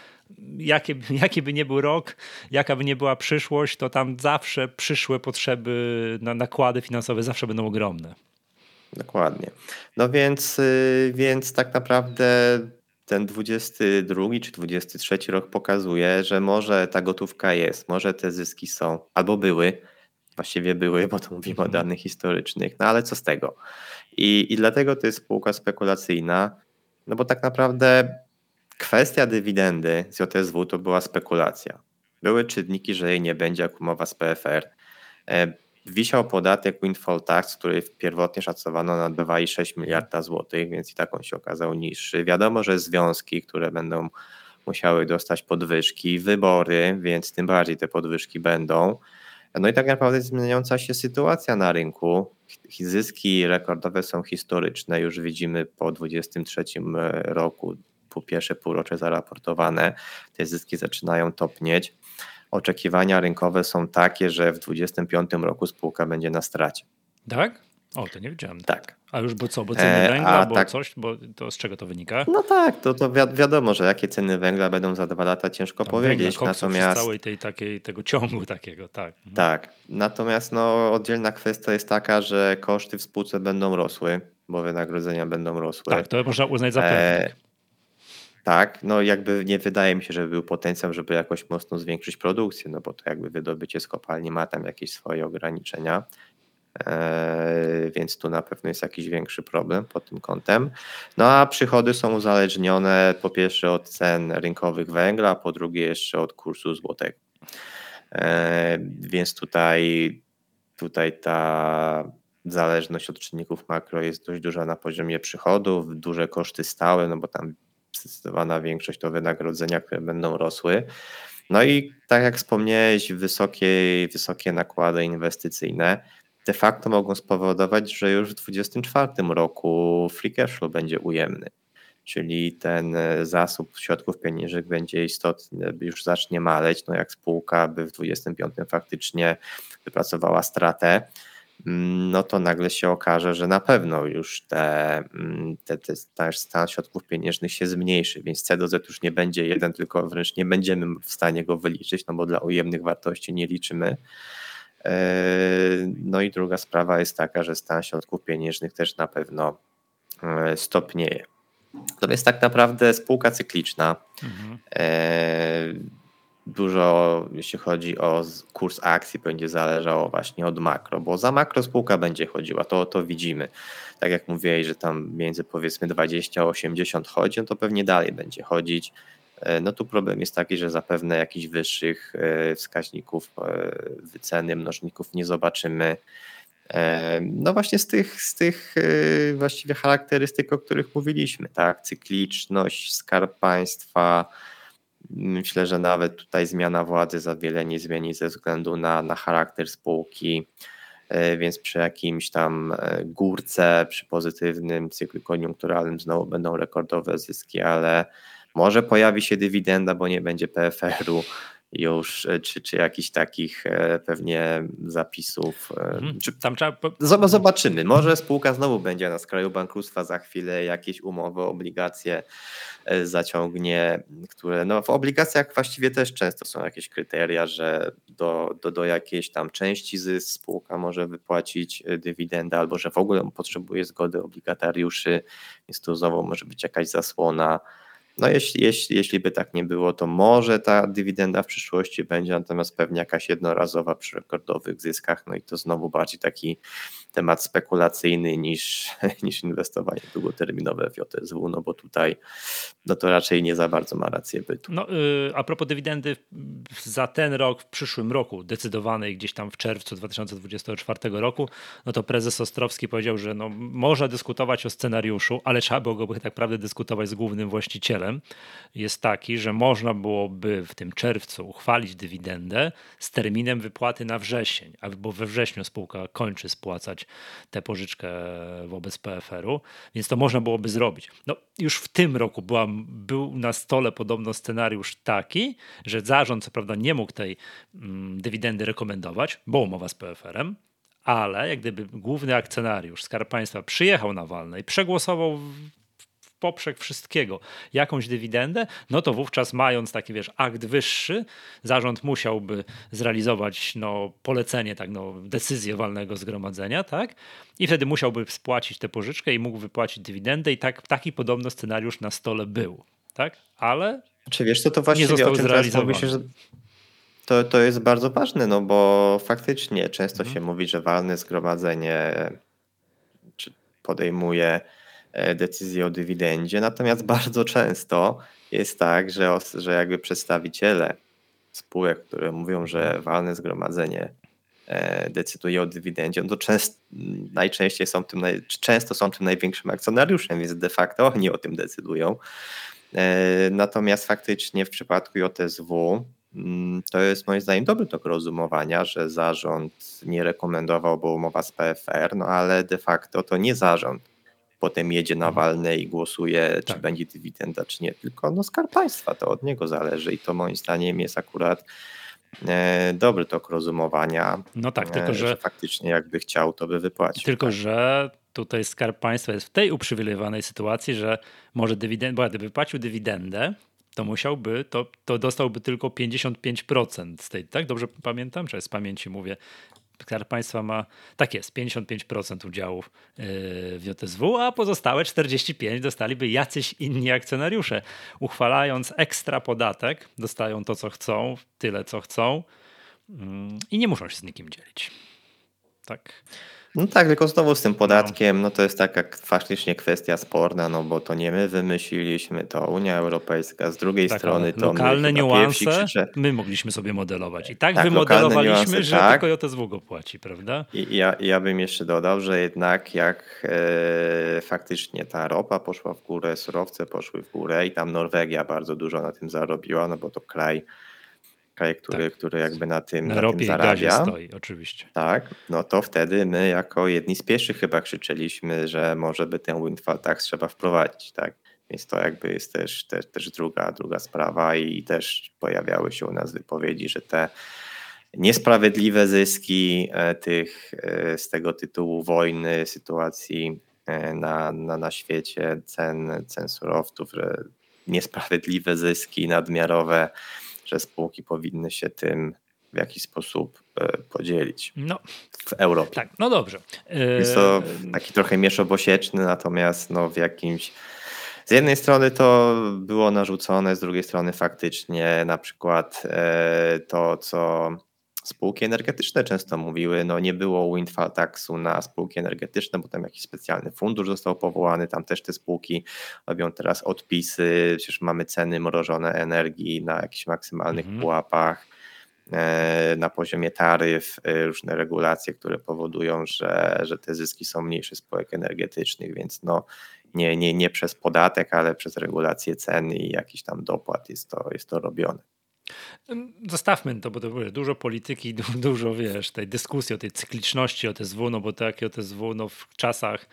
S1: jaki by nie był rok, jaka by nie była przyszłość, to tam zawsze przyszłe potrzeby na nakłady finansowe zawsze będą ogromne.
S2: Dokładnie. No więc tak naprawdę ten 22 czy 23 rok pokazuje, że może ta gotówka jest, może te zyski są, albo właściwie były, bo to mówimy o danych historycznych, no ale co z tego? I dlatego to jest spółka spekulacyjna, no bo tak naprawdę kwestia dywidendy z JSW to była spekulacja. Były czynniki, że jej nie będzie, jak umowa z PFR. Wisiał podatek windfall tax, który pierwotnie szacowano na 2,6 miliarda złotych, więc i tak on się okazał niższy. Wiadomo, że związki, które będą musiały dostać podwyżki, wybory, więc tym bardziej te podwyżki będą. No i tak naprawdę zmieniająca się sytuacja na rynku. Zyski rekordowe są historyczne, już widzimy po 2023 roku, po pierwsze półrocze zaraportowane, te zyski zaczynają topnieć. Oczekiwania rynkowe są takie, że w 2025 roku spółka będzie na stracie.
S1: Tak? O, to nie wiedziałem.
S2: Tak.
S1: A już bo ceny węgla, bo to z czego to wynika?
S2: No tak, to wiadomo, że jakie ceny węgla będą za 2 lata, ciężko powiedzieć.
S1: Natomiast całej tego ciągu takiego, tak.
S2: Tak, natomiast oddzielna kwestia jest taka, że koszty w spółce będą rosły, bo wynagrodzenia będą rosły.
S1: Tak, to można uznać za pewnik.
S2: Tak, no jakby nie wydaje mi się, żeby był potencjał, żeby jakoś mocno zwiększyć produkcję, no bo to jakby wydobycie z kopalni ma tam jakieś swoje ograniczenia, więc tu na pewno jest jakiś większy problem pod tym kątem. No a przychody są uzależnione po pierwsze od cen rynkowych węgla, a po drugie jeszcze od kursu złotego. Więc tutaj ta zależność od czynników makro jest dość duża na poziomie przychodów, duże koszty stałe, no bo tam zdecydowana większość to wynagrodzenia, które będą rosły. No i tak jak wspomniałeś, wysokie nakłady inwestycyjne de facto mogą spowodować, że już w 2024 roku free cash flow będzie ujemny. Czyli ten zasób środków pieniężnych będzie istotny, już zacznie maleć, no jak spółka by w 2025 faktycznie wypracowała stratę, no to nagle się okaże, że na pewno już ten stan środków pieniężnych się zmniejszy, więc C do Z już nie będzie jeden, tylko wręcz nie będziemy w stanie go wyliczyć, no bo dla ujemnych wartości nie liczymy. No i druga sprawa jest taka, że stan środków pieniężnych też na pewno stopnieje. To jest tak naprawdę spółka cykliczna. Dużo, jeśli chodzi o kurs akcji, będzie zależało właśnie od makro, bo za makro spółka będzie chodziła, to widzimy. Tak jak mówiłeś, że tam między powiedzmy 20 a 80 chodzi, no to pewnie dalej będzie chodzić. No tu problem jest taki, że zapewne jakichś wyższych wskaźników wyceny, mnożników nie zobaczymy. No właśnie z tych właściwie charakterystyk, o których mówiliśmy, tak? Cykliczność, Skarb Państwa. Myślę, że nawet tutaj zmiana władzy za wiele nie zmieni ze względu na charakter spółki, więc przy jakimś tam górce, przy pozytywnym cyklu koniunkturalnym znowu będą rekordowe zyski, ale może pojawi się dywidenda, bo nie będzie PFR-u już, czy jakichś takich pewnie zapisów.
S1: Tam trzeba...
S2: Zobaczymy. Może spółka znowu będzie na skraju bankructwa za chwilę, jakieś umowy, obligacje zaciągnie, które no w obligacjach właściwie też często są jakieś kryteria, że do jakiejś tam części zysk spółka może wypłacić dywidendę, albo że w ogóle potrzebuje zgody obligatariuszy, więc tu znowu może być jakaś zasłona. No jeśli by tak nie było, to może ta dywidenda w przyszłości będzie, natomiast pewnie jakaś jednorazowa przy rekordowych zyskach, no i to znowu bardziej taki temat spekulacyjny niż inwestowanie długoterminowe w JSW, no bo tutaj no to raczej nie za bardzo ma rację bytu.
S1: No, a propos dywidendy za ten rok, w przyszłym roku, decydowanej gdzieś tam w czerwcu 2024 roku, no to prezes Ostrowski powiedział, że no, można dyskutować o scenariuszu, ale trzeba byłoby tak naprawdę dyskutować z głównym właścicielem. Jest taki, że można byłoby w tym czerwcu uchwalić dywidendę z terminem wypłaty na wrzesień, albo we wrześniu spółka kończy spłacać tę pożyczkę wobec PFR-u, więc to można byłoby zrobić. No, już w tym roku był na stole podobno scenariusz taki, że zarząd co prawda nie mógł tej dywidendy rekomendować, bo umowa z PFR-em, ale jak gdyby główny akcjonariusz Skarb Państwa przyjechał na walne i przegłosował w poprzek wszystkiego jakąś dywidendę, no to wówczas mając taki, wiesz, akt wyższy, zarząd musiałby zrealizować polecenie, tak, decyzję walnego zgromadzenia, tak? I wtedy musiałby spłacić tę pożyczkę i mógł wypłacić dywidendę i taki podobno scenariusz na stole był, tak? Ale
S2: czy wiesz co, to
S1: nie
S2: właściwie
S1: został
S2: o czym teraz mówi się, że to jest bardzo ważne, no bo faktycznie często się mówi, że walne zgromadzenie podejmuje decyzję o dywidendzie, natomiast bardzo często jest tak, że jakby przedstawiciele spółek, które mówią, że walne zgromadzenie decyduje o dywidendzie, no to najczęściej często są tym największym akcjonariuszem, więc de facto oni o tym decydują. Natomiast faktycznie w przypadku JSW to jest moim zdaniem dobry tok rozumowania, że zarząd nie rekomendował, bo umowa z PFR, no ale de facto to nie zarząd potem jedzie na walne i głosuje, czy będzie dywidenda, czy nie, tylko Skarb Państwa, to od niego zależy i to moim zdaniem jest akurat dobry tok rozumowania.
S1: No tak, tylko że
S2: faktycznie jakby chciał, to by wypłacił.
S1: Tylko,
S2: tak.
S1: że tutaj Skarb Państwa jest w tej uprzywilejowanej sytuacji, że może bo gdyby wypłacił dywidendę, to musiałby, to dostałby tylko 55% z tej, tak? Dobrze pamiętam? Czy z pamięci mówię? Skarb Państwa ma, tak jest, 55% udziałów w JSW, a pozostałe 45% dostaliby jacyś inni akcjonariusze. Uchwalając ekstra podatek, dostają to, co chcą, tyle, co chcą i nie muszą się z nikim dzielić. Tak.
S2: No tak, tylko znowu z tym podatkiem, no to jest taka faktycznie kwestia sporna, no bo to nie my wymyśliliśmy, to Unia Europejska, z drugiej strony to
S1: lokalne
S2: my
S1: niuanse my mogliśmy sobie modelować. I tak wymodelowaliśmy, niuanse, że tylko JSW go płaci, prawda?
S2: I ja bym jeszcze dodał, że jednak jak faktycznie ta ropa poszła w górę, surowce poszły w górę i tam Norwegia bardzo dużo na tym zarobiła, no bo to kraj, który jakby na tym zarabia.
S1: Stoi, oczywiście.
S2: Tak, no to wtedy my jako jedni z pierwszych chyba krzyczeliśmy, że może by ten windfall tax trzeba wprowadzić, tak? Więc to jakby jest też druga sprawa i też pojawiały się u nas wypowiedzi, że te niesprawiedliwe zyski z tego tytułu wojny, sytuacji na świecie, cen surowców, że niesprawiedliwe zyski nadmiarowe, że spółki powinny się tym w jakiś sposób podzielić w Europie.
S1: Tak, no dobrze.
S2: Jest to taki trochę miecz obosieczny, natomiast w jakimś... Z jednej strony to było narzucone, z drugiej strony faktycznie na przykład to, co spółki energetyczne często mówiły, nie było windfall taxu na spółki energetyczne, bo tam jakiś specjalny fundusz został powołany, tam też te spółki robią teraz odpisy, przecież mamy ceny mrożone energii na jakichś maksymalnych pułapach, na poziomie taryf, różne regulacje, które powodują, że te zyski są mniejsze spółek energetycznych, więc nie przez podatek, ale przez regulację cen i jakiś tam dopłat jest to robione.
S1: Zostawmy to, bo to dużo polityki, dużo tej dyskusji o tej cykliczności OTSW, bo takie OTSW w czasach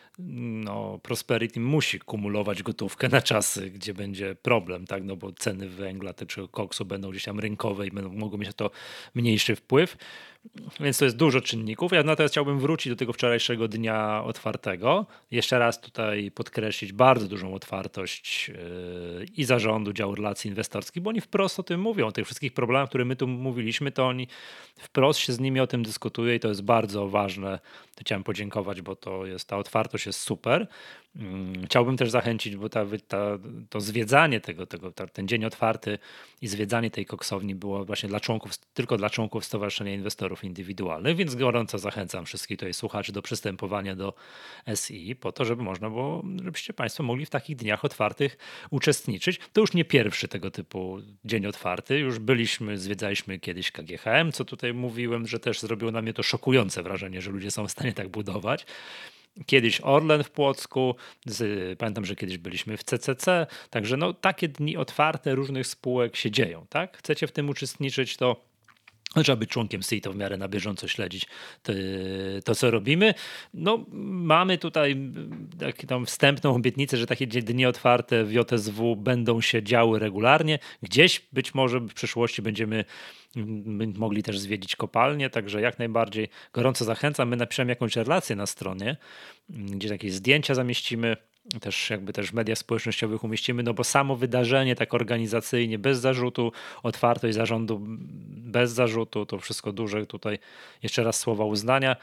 S1: Prosperity musi kumulować gotówkę na czasy, gdzie będzie problem, tak? Bo ceny węgla czy koksu będą gdzieś tam rynkowe i mogą mieć na to mniejszy wpływ. Więc to jest dużo czynników. Ja natomiast chciałbym wrócić do tego wczorajszego dnia otwartego. Jeszcze raz tutaj podkreślić bardzo dużą otwartość i zarządu działu relacji inwestorskich, bo oni wprost o tym mówią, o tych wszystkich problemach, które my tu mówiliśmy, to oni wprost się z nimi o tym dyskutuje i to jest bardzo ważne. Chciałem podziękować, bo ta otwartość jest super. Chciałbym też zachęcić, bo to zwiedzanie ten dzień otwarty i zwiedzanie tej koksowni było właśnie tylko dla członków Stowarzyszenia Inwestorów Indywidualnych, więc gorąco zachęcam wszystkich tutaj słuchaczy do przystępowania do SI po to, żeby można było, żebyście Państwo mogli w takich dniach otwartych uczestniczyć. To już nie pierwszy tego typu dzień otwarty, już zwiedzaliśmy kiedyś KGHM, co tutaj mówiłem, że też zrobiło na mnie to szokujące wrażenie, że ludzie są w stanie tak budować. Kiedyś Orlen w Płocku, pamiętam, że kiedyś byliśmy w CCC, także takie dni otwarte różnych spółek się dzieją, tak? Chcecie w tym uczestniczyć, to trzeba być członkiem SI, to w miarę na bieżąco śledzić to, co robimy. Mamy tutaj taką wstępną obietnicę, że takie dni otwarte w JSW będą się działy regularnie. Gdzieś być może w przyszłości będziemy mogli też zwiedzić kopalnię, także jak najbardziej gorąco zachęcam. My napiszemy jakąś relację na stronie, gdzie jakieś zdjęcia zamieścimy, też w mediach społecznościowych umieścimy, bo samo wydarzenie tak organizacyjnie, bez zarzutu, otwartość zarządu bez zarzutu, to wszystko duże tutaj, jeszcze raz słowa uznania.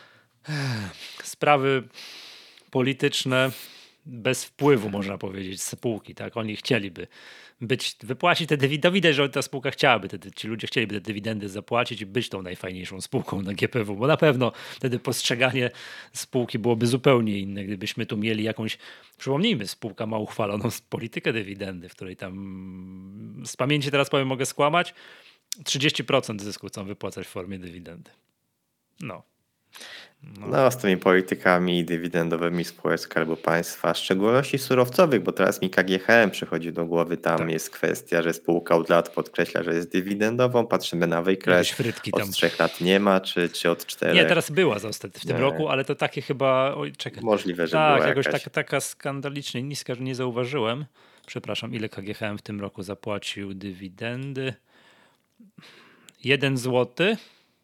S1: Sprawy polityczne bez wpływu, można powiedzieć, spółki, tak? Oni chcieliby wypłacić te dywidendy, widać, że ta spółka chciałaby, ci ludzie chcieliby te dywidendy zapłacić i być tą najfajniejszą spółką na GPW, bo na pewno wtedy postrzeganie spółki byłoby zupełnie inne, gdybyśmy tu mieli jakąś, przypomnijmy, spółka ma uchwaloną politykę dywidendy, w której tam, z pamięci teraz powiem, mogę skłamać, 30% zysku chcą wypłacać w formie dywidendy.
S2: Z tymi politykami dywidendowymi spółek Skarbu Państwa, w szczególności surowcowych, bo teraz mi KGHM przychodzi do głowy, tam jest kwestia, że spółka od lat podkreśla, że jest dywidendową, patrzymy na wykres, od 3 lat nie ma, czy od 4.
S1: Nie, teraz była w tym roku, ale to takie chyba...
S2: Możliwe, że była
S1: jakoś
S2: jakaś.
S1: Taka skandalicznie niska, że nie zauważyłem. Przepraszam, ile KGHM w tym roku zapłacił dywidendy? 1 zł.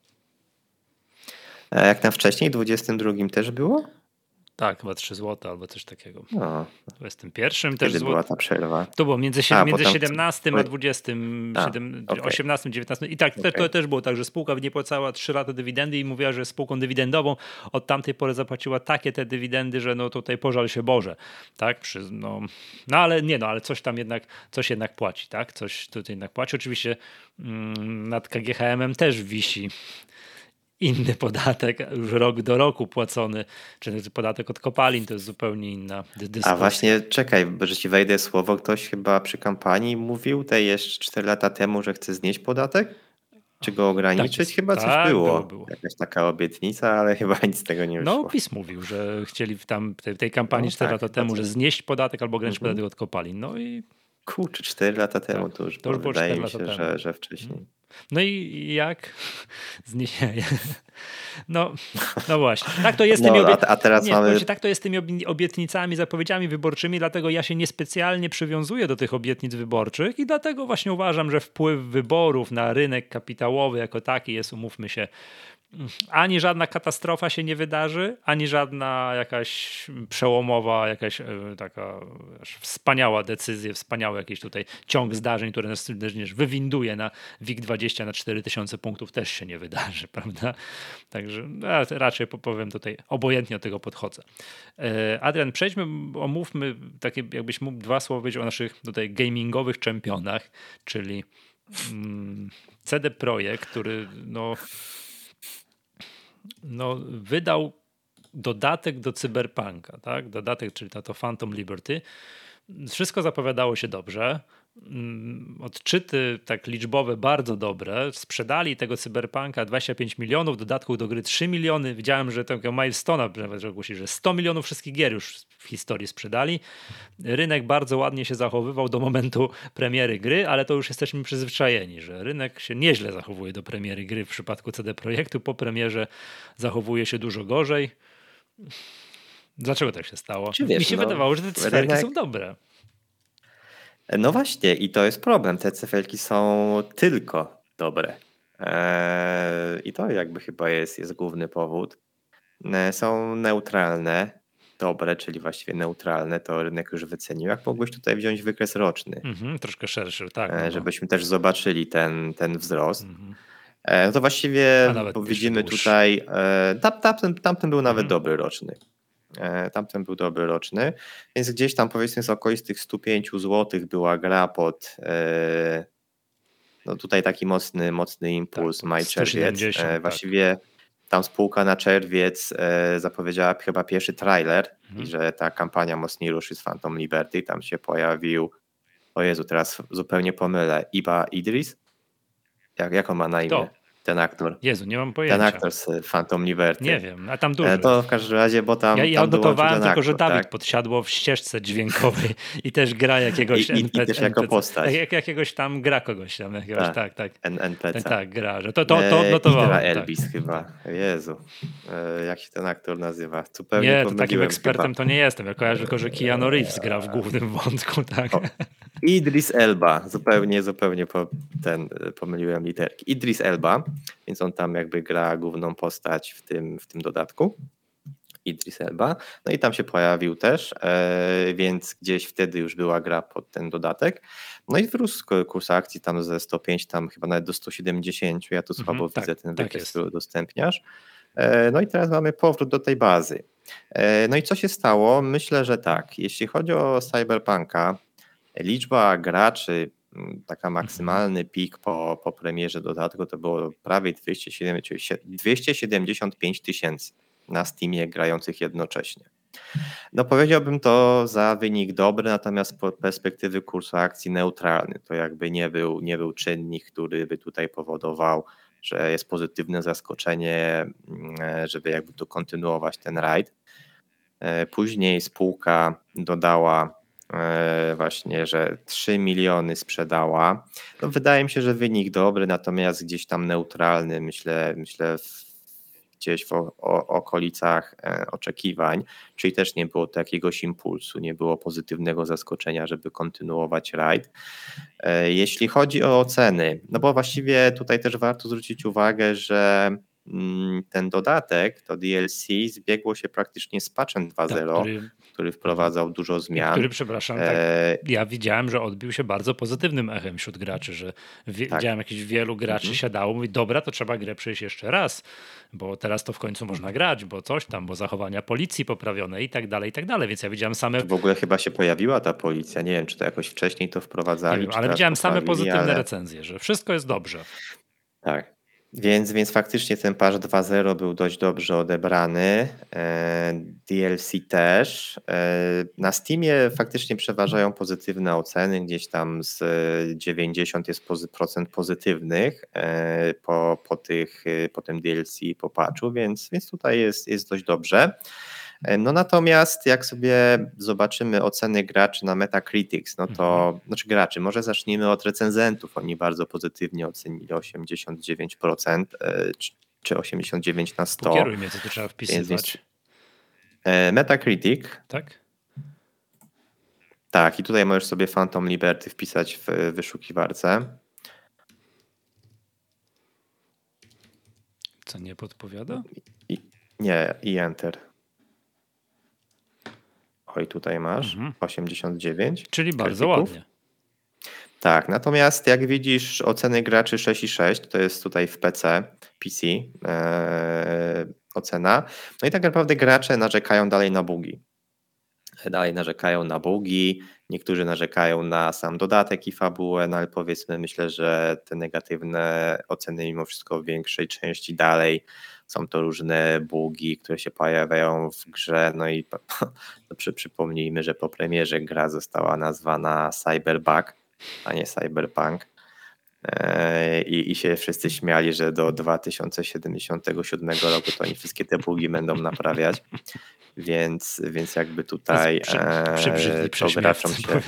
S2: A jak na wcześniej, w 22 też było?
S1: Tak, chyba 3 zł albo coś takiego. W 21 też
S2: Kiedy była ta przerwa?
S1: To było między 17 a 20, 18, 19. I tak, to też było tak, że spółka nie płacała 3 lata dywidendy i mówiła, że jest spółką dywidendową. Od tamtej pory zapłaciła takie te dywidendy, że tutaj pożal się Boże. Tak? Ale coś tam jednak płaci. Tak? Coś tutaj jednak płaci. Oczywiście nad KGHM-em też wisi inny podatek, już rok do roku płacony, czy podatek od kopalin, to jest zupełnie inna dyskusja.
S2: A właśnie, czekaj, że ci wejdę słowo, ktoś chyba przy kampanii mówił jeszcze 4 lata temu, że chce znieść podatek? Czy go ograniczyć? Chyba coś było. Jakaś taka obietnica, ale chyba nic z tego nie wyszło.
S1: PiS mówił, że chcieli w tej kampanii 4 lata temu, że znieść podatek albo ograniczyć podatek od kopalin.
S2: Kurczę, 4 lata temu to już wydaje mi się, że wcześniej.
S1: No i jak? Zniesie. No, no właśnie. Tak to jest z tymi
S2: a teraz mamy...
S1: tak to jest z tymi obietnicami, zapowiedziami wyborczymi, dlatego ja się niespecjalnie przywiązuję do tych obietnic wyborczych i dlatego właśnie uważam, że wpływ wyborów na rynek kapitałowy jako taki jest, umówmy się, ani żadna katastrofa się nie wydarzy, ani żadna jakaś przełomowa, jakaś taka wspaniała decyzja, wspaniały jakiś tutaj ciąg zdarzeń, które nas wywinduje na WIG20 na 4000 punktów też się nie wydarzy, prawda? Także ja raczej powiem tutaj, obojętnie od tego podchodzę. Adrian, przejdźmy, omówmy takie, jakbyś mógł dwa słowa powiedzieć o naszych tutaj gamingowych czempionach, czyli CD Projekt, który wydał dodatek do Cyberpunka, tak? Dodatek, czyli to Phantom Liberty. Wszystko zapowiadało się dobrze. Odczyty tak liczbowe bardzo dobre. Sprzedali tego Cyberpunka 25 milionów, dodatków do gry 3 miliony. Widziałem, że tego Milestone'a nawet ogłosi, że 100 milionów wszystkich gier już w historii sprzedali. Rynek bardzo ładnie się zachowywał do momentu premiery gry, ale to już jesteśmy przyzwyczajeni, że rynek się nieźle zachowuje do premiery gry w przypadku CD Projektu. Po premierze zachowuje się dużo gorzej. Dlaczego tak się stało? Mi się wydawało, że te cyferki są dobre.
S2: No właśnie i to jest problem. Te cyferki są tylko dobre. I to jakby chyba jest główny powód. Są neutralne, dobre, czyli właściwie neutralne, to rynek już wycenił. Jak mógłbyś tutaj wziąć wykres roczny?
S1: Troszkę szerszy, tak.
S2: Żebyśmy też zobaczyli ten wzrost. No to właściwie widzimy tutaj, tamten był nawet dobry roczny. Tamten był dobry roczny, więc gdzieś tam powiedzmy z okolictych 105 zł była gra pod no tutaj taki mocny impuls,
S1: tak,
S2: maj, czerwiec. Właściwie tam spółka na czerwiec zapowiedziała chyba pierwszy trailer i że ta kampania mocniej ruszy z Phantom Liberty. Tam się pojawił, o Jezu, teraz zupełnie pomylę, Iba Idris? Jak on ma na imię?
S1: To.
S2: Ten aktor.
S1: Jezu, nie mam pojęcia.
S2: Ten aktor z Phantom Liberty.
S1: Nie wiem, a tam dużo.
S2: To w każdym razie, bo tam
S1: Ja odnotowałem tylko,
S2: aktor,
S1: że Dawid
S2: tak?
S1: podsiadło w ścieżce dźwiękowej i też gra jakiegoś
S2: NPC. I też jako postać.
S1: Jakiegoś tam gra kogoś tam. Jakiegoś, tak.
S2: NPC.
S1: Tak, gra. Że to odnotowałem.
S2: Idra Elvis chyba. Jezu. Jak się ten aktor nazywa? Zupełnie
S1: nie, to takim ekspertem
S2: chyba.
S1: To nie jestem. Ja kojarzę tylko, że Keanu Reeves gra w głównym wątku. Tak.
S2: Idris Elba. Zupełnie pomyliłem literki. Idris Elba, więc on tam jakby gra główną postać w tym dodatku. Idris Elba. No i tam się pojawił też, więc gdzieś wtedy już była gra pod ten dodatek. No i wrósł kurs akcji tam ze 105, tam chyba nawet do 170. Ja tu słabo widzę ten wykres, który udostępniasz. No i teraz mamy powrót do tej bazy. No i co się stało? Myślę, że tak. Jeśli chodzi o Cyberpunka, liczba graczy, taka maksymalny pik po premierze dodatku to było prawie 275 tysięcy na Steamie grających jednocześnie. No powiedziałbym to za wynik dobry, natomiast z perspektywy kursu akcji neutralny. To jakby nie był czynnik, który by tutaj powodował, że jest pozytywne zaskoczenie, żeby jakby tu kontynuować ten rajd. Później spółka dodała właśnie, że 3 miliony sprzedała. No wydaje mi się, że wynik dobry, natomiast gdzieś tam neutralny, myślę gdzieś w okolicach oczekiwań, czyli też nie było to jakiegoś impulsu, nie było pozytywnego zaskoczenia, żeby kontynuować rajd. Jeśli chodzi o oceny, no bo właściwie tutaj też warto zwrócić uwagę, że ten dodatek, to DLC zbiegło się praktycznie z patchem 2.0, który wprowadzał dużo zmian.
S1: Który, przepraszam, ja widziałem, że odbił się bardzo pozytywnym echem wśród graczy, że widziałem jakieś wielu graczy siadało, mówi, dobra, to trzeba grę przejść jeszcze raz, bo teraz to w końcu można grać, bo coś tam, bo zachowania policji poprawione i tak dalej, więc ja widziałem same...
S2: W ogóle chyba się pojawiła ta policja, nie wiem, czy to jakoś wcześniej to wprowadzali.
S1: Nie wiem, ale widziałem same pozytywne recenzje, że wszystko jest dobrze.
S2: Tak. Więc faktycznie ten patch 2.0 był dość dobrze odebrany, DLC też. Na Steamie faktycznie przeważają pozytywne oceny, gdzieś tam z 90% jest pozytywnych po tym DLC, po patchu, więc tutaj jest dość dobrze. No natomiast jak sobie zobaczymy oceny graczy na Metacritics, no to, znaczy graczy, może zacznijmy od recenzentów. Oni bardzo pozytywnie ocenili 89%, czy 89 na 100.
S1: Pokieruj mnie, co tu trzeba wpisywać.
S2: Metacritic.
S1: Tak?
S2: Tak, i tutaj możesz sobie Phantom Liberty wpisać w wyszukiwarce.
S1: Co nie podpowiada?
S2: I Enter. Oj, tutaj masz 89.
S1: Czyli bardzo ładnie.
S2: Tak, natomiast jak widzisz oceny graczy 6,6, to jest tutaj w PC ocena. No i tak naprawdę gracze narzekają dalej na bugi. Niektórzy narzekają na sam dodatek i fabułę, no ale powiedzmy, myślę, że te negatywne oceny mimo wszystko w większej części dalej są to różne bugi, które się pojawiają w grze, no i przypomnijmy, że po premierze gra została nazwana Cyberbug, a nie Cyberpunk. I się wszyscy śmiali, że do 2077 roku to oni wszystkie te bugi będą naprawiać. Więc jakby tutaj to graczom się...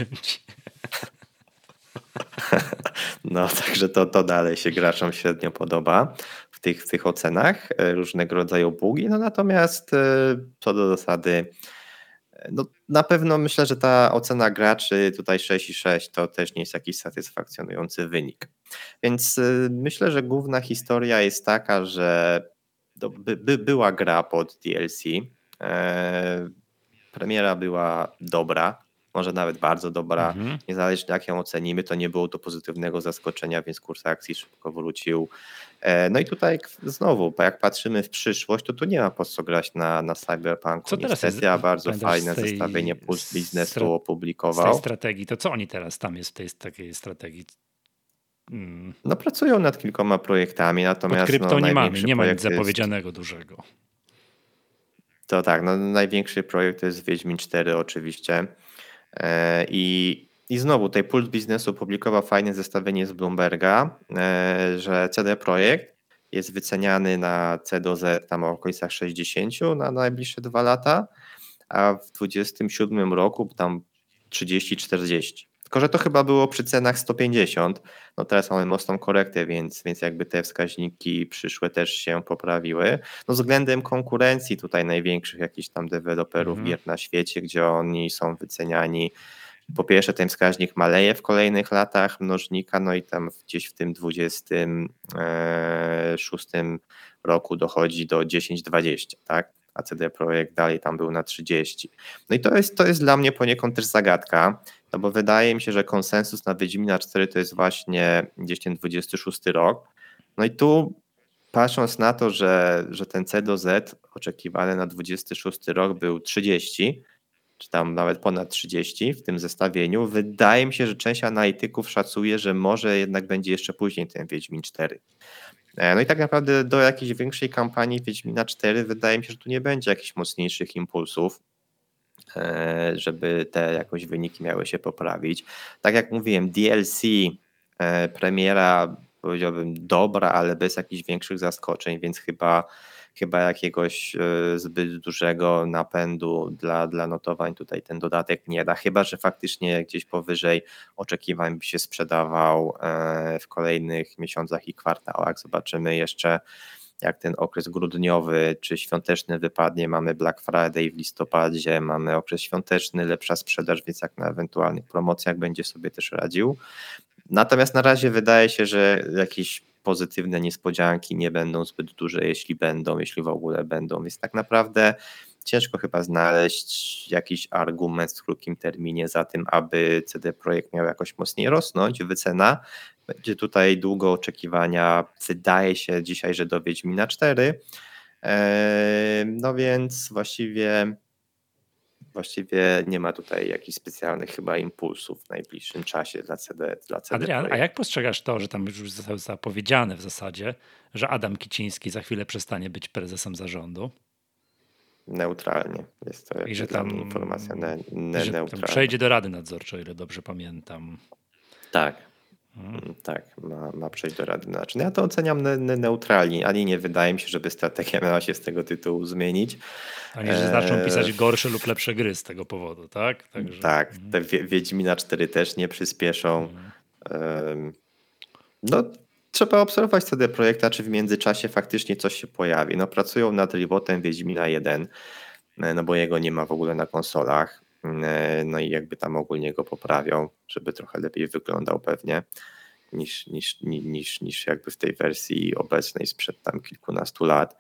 S2: No, także to dalej się graczom średnio podoba w tych ocenach różnego rodzaju bugi. No natomiast co do zasady, no na pewno myślę, że ta ocena graczy tutaj 6,6 to też nie jest jakiś satysfakcjonujący wynik. Więc myślę, że główna historia jest taka, że była gra pod DLC. Premiera była dobra, może nawet bardzo dobra. Niezależnie jak ją ocenimy, to nie było to pozytywnego zaskoczenia, więc kurs akcji szybko wrócił. No i tutaj znowu, jak patrzymy w przyszłość, to tu nie ma po co grać na Cyberpunku.
S1: Co teraz
S2: niestety, a bardzo fajne zestawienie Pulse Biznesu opublikował.
S1: Z tej strategii, to co oni teraz tam jest w tej takiej strategii?
S2: No pracują nad kilkoma projektami, natomiast
S1: pod krypto nie mamy, nie ma nic
S2: zapowiedzianego
S1: dużego.
S2: To tak, no największy projekt to jest Wiedźmin 4 oczywiście. I znowu tutaj Puls Biznesu publikował fajne zestawienie z Bloomberga, że CD Projekt jest wyceniany na C do Z tam w okolicach 60 na najbliższe 2 lata, a w 2027 roku tam 30-40. Tylko że to chyba było przy cenach 150, no teraz mamy mocną korektę, więc jakby te wskaźniki przyszłe też się poprawiły. No względem konkurencji tutaj największych jakichś tam deweloperów gier na świecie, gdzie oni są wyceniani. Po pierwsze ten wskaźnik maleje w kolejnych latach mnożnika, no i tam gdzieś w tym 26 roku dochodzi do 10-20, tak? A CD Projekt dalej tam był na 30. No i to jest dla mnie poniekąd też zagadka, no bo wydaje mi się, że konsensus na Wiedźmina 4 to jest właśnie gdzieś ten 26 rok. No i tu patrząc na to, że ten C do Z oczekiwany na 26 rok był 30, czy tam nawet ponad 30 w tym zestawieniu, wydaje mi się, że część analityków szacuje, że może jednak będzie jeszcze później ten Wiedźmin 4. No i tak naprawdę do jakiejś większej kampanii Wiedźmina 4 wydaje mi się, że tu nie będzie jakichś mocniejszych impulsów, żeby te jakoś wyniki miały się poprawić. Tak jak mówiłem, DLC, premiera powiedziałbym dobra, ale bez jakichś większych zaskoczeń, więc chyba jakiegoś zbyt dużego napędu dla notowań tutaj ten dodatek nie da, chyba że faktycznie gdzieś powyżej oczekiwań by się sprzedawał w kolejnych miesiącach i kwartałach. Zobaczymy jeszcze, jak ten okres grudniowy czy świąteczny wypadnie. Mamy Black Friday w listopadzie, mamy okres świąteczny, lepsza sprzedaż, więc jak na ewentualnych promocjach będzie sobie też radził. Natomiast na razie wydaje się, że jakieś pozytywne niespodzianki nie będą zbyt duże, jeśli w ogóle będą, więc tak naprawdę ciężko chyba znaleźć jakiś argument w krótkim terminie za tym, aby CD Projekt miał jakoś mocniej rosnąć, wycena. Będzie tutaj długo oczekiwania, wydaje się dzisiaj, że do Wiedźmina 4, no więc właściwie nie ma tutaj jakichś specjalnych chyba impulsów w najbliższym czasie dla CD
S1: Adrian,
S2: Projekt.
S1: a jak postrzegasz to, że tam już zostało zapowiedziane w zasadzie, że Adam Kiciński za chwilę przestanie być prezesem zarządu?
S2: Neutralnie. Jest to
S1: I że
S2: dla
S1: tam,
S2: mnie informacja
S1: że
S2: neutralna.
S1: przejdzie do Rady Nadzorczej, o ile dobrze pamiętam.
S2: Tak. Tak, ma przejść do Rady Naczelnej. Ja to oceniam neutralnie. Ani nie wydaje mi się, żeby strategia miała się z tego tytułu zmienić.
S1: Ani że zaczną pisać gorsze lub lepsze gry z tego powodu, tak? Także,
S2: Tak, te Wiedźmina 4 też nie przyspieszą. No, trzeba obserwować CD Projekta, czy w międzyczasie faktycznie coś się pojawi. No, pracują nad rebootem Wiedźmina 1, no bo jego nie ma w ogóle na konsolach. No i jakby tam ogólnie go poprawią, żeby trochę lepiej wyglądał pewnie niż jakby w tej wersji obecnej sprzed tam kilkunastu lat.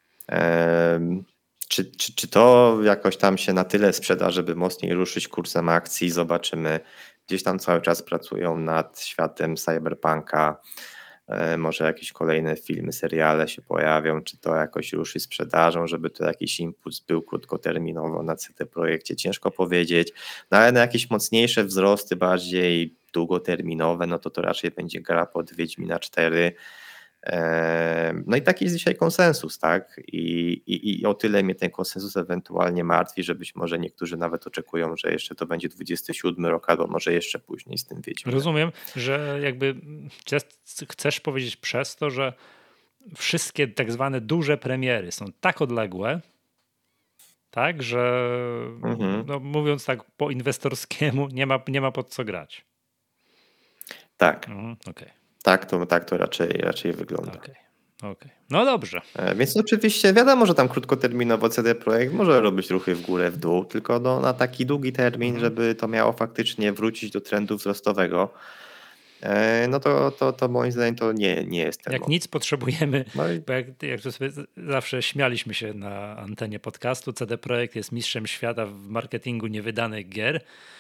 S2: Czy to jakoś tam się na tyle sprzeda, żeby mocniej ruszyć kursem akcji? Zobaczymy. Gdzieś tam cały czas pracują nad światem cyberpunka. Może jakieś kolejne filmy, seriale się pojawią, czy to jakoś ruszy sprzedażą, żeby to jakiś impuls był krótkoterminowo na CD Projekcie, ciężko powiedzieć. No ale na jakieś mocniejsze wzrosty, bardziej długoterminowe, no to raczej będzie gra pod Wiedźmina 4. No i taki jest dzisiaj konsensus, tak? I o tyle mnie ten konsensus ewentualnie martwi, że być może niektórzy nawet oczekują, że jeszcze to będzie 27 rok, albo może jeszcze później z tym Wiedźminem.
S1: Rozumiem, że jakby chcesz powiedzieć przez to, że wszystkie tak zwane duże premiery są tak odległe, tak, że no, mówiąc tak po inwestorskiemu, nie ma pod co grać.
S2: Tak.
S1: Okay.
S2: Tak to raczej wygląda.
S1: Okay. No dobrze.
S2: Więc oczywiście wiadomo, że tam krótkoterminowo CD Projekt może robić ruchy w górę, w dół, tylko na taki długi termin, żeby to miało faktycznie wrócić do trendu wzrostowego, no to moim zdaniem to nie jest ten moment.
S1: Nic potrzebujemy, bo jak to sobie zawsze śmialiśmy się na antenie podcastu, CD Projekt jest mistrzem świata w marketingu niewydanych gier.